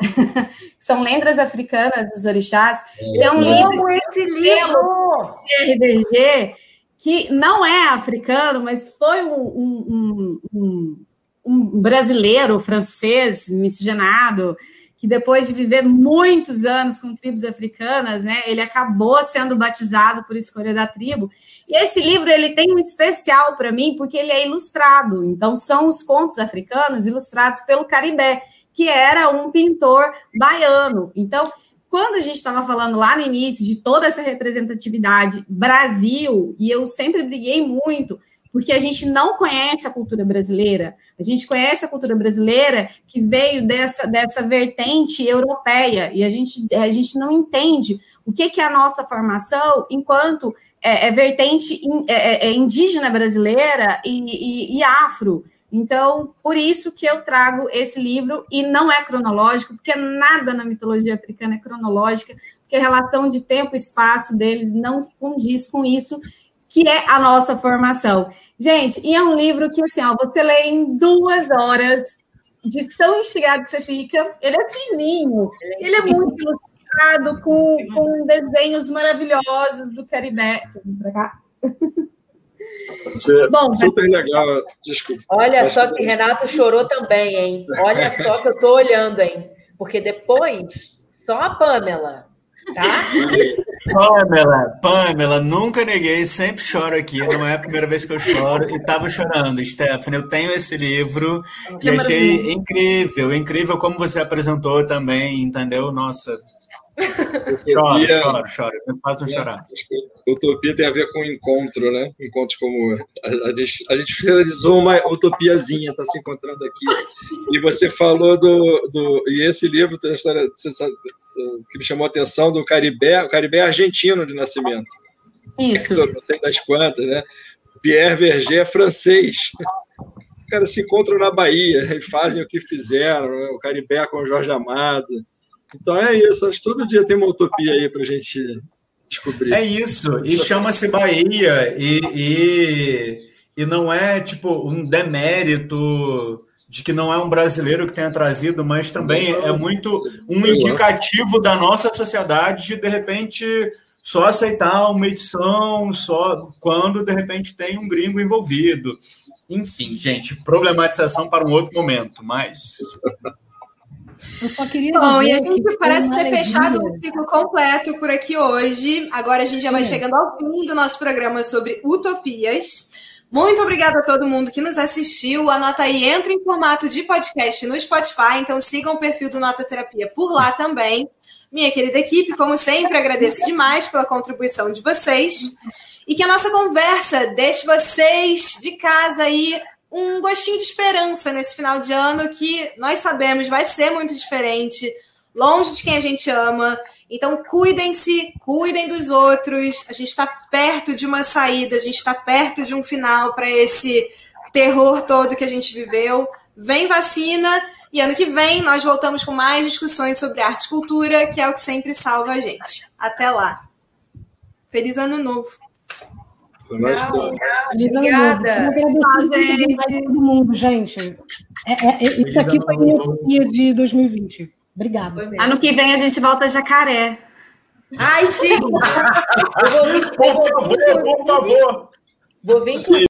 são Lendas Africanas dos Orixás, que é um livro, esse livro R B G, que não é africano, mas foi um, um, um, um brasileiro francês miscigenado, que depois de viver muitos anos com tribos africanas, né, ele acabou sendo batizado por escolha da tribo. E esse livro, ele tem um especial para mim, porque ele é ilustrado. Então, são os contos africanos ilustrados pelo Caribé, que era um pintor baiano. Então, quando a gente estava falando lá no início de toda essa representatividade Brasil, e eu sempre briguei muito, porque a gente não conhece a cultura brasileira, a gente conhece a cultura brasileira que veio dessa, dessa vertente europeia, e a gente, a gente não entende o que, que é a nossa formação enquanto é, é vertente in, é, é indígena brasileira e, e, e afro. Então, por isso que eu trago esse livro, e não é cronológico, porque nada na mitologia africana é cronológica, porque a relação de tempo e espaço deles não condiz com isso, que é a nossa formação. Gente, e é um livro que, assim, ó, você lê em duas horas, de tão instigado que você fica. Ele é fininho, ele é muito ilustrado, com, com desenhos maravilhosos do Caribé. Deixa eu vir para cá. Você, Bom, super mas... legal, desculpa. Olha Acho só que, que Renato chorou também, hein? Olha só que eu estou olhando, hein? Porque depois, só a Pamela, tá? Pamela, Pamela, nunca neguei, sempre choro aqui, não é a primeira vez que eu choro, e estava chorando, Stephanie, eu tenho esse livro que e achei incrível, incrível como você apresentou também, entendeu? Nossa, choro, choro, choro, eu faço um é, chorar. Utopia tem a ver com encontro, né? Encontros como... A, a, gente, a gente realizou uma utopiazinha, está se encontrando aqui, e você falou do... do e esse livro tem a história, você sabe, que me chamou a atenção, do Caribé, o Caribé é argentino de nascimento. Isso. Não sei das quantas, né? Pierre Verger é francês. Os caras se encontram na Bahia e fazem o que fizeram, né? O Caribé com o Jorge Amado. Então é isso, acho que todo dia tem uma utopia aí para a gente descobrir. É isso, e chama-se Bahia, e, e, e não é tipo um demérito de que não é um brasileiro que tenha trazido, mas também é muito um indicativo da nossa sociedade de, de repente, só aceitar uma edição só quando, de repente, tem um gringo envolvido. Enfim, gente, problematização para um outro momento, mas... Eu só queria Bom, e a gente parece ter alegria. fechado o ciclo completo por aqui hoje. Agora a gente já vai é. chegando ao fim do nosso programa sobre utopias. Muito obrigada a todo mundo que nos assistiu. A Nota Aí entra em formato de podcast no Spotify, então sigam o perfil do Nota Terapia por lá também. Minha querida equipe, como sempre, agradeço demais pela contribuição de vocês. E que a nossa conversa deixe vocês de casa aí um gostinho de esperança nesse final de ano que nós sabemos vai ser muito diferente. longe de quem a gente ama. Então, cuidem-se, cuidem dos outros. A gente está perto de uma saída, a gente está perto de um final para esse terror todo que a gente viveu. Vem vacina e ano que vem nós voltamos com mais discussões sobre arte e cultura, que é o que sempre salva a gente. Até lá. Feliz Ano Novo. Feliz Obrigada. Ano Novo. Todo mundo, gente. É, é, isso aqui foi a utopia de dois mil e vinte. Obrigada. Ano que vem a gente volta a Jacaré. Ai, sim! Por favor, por favor. Vou vir com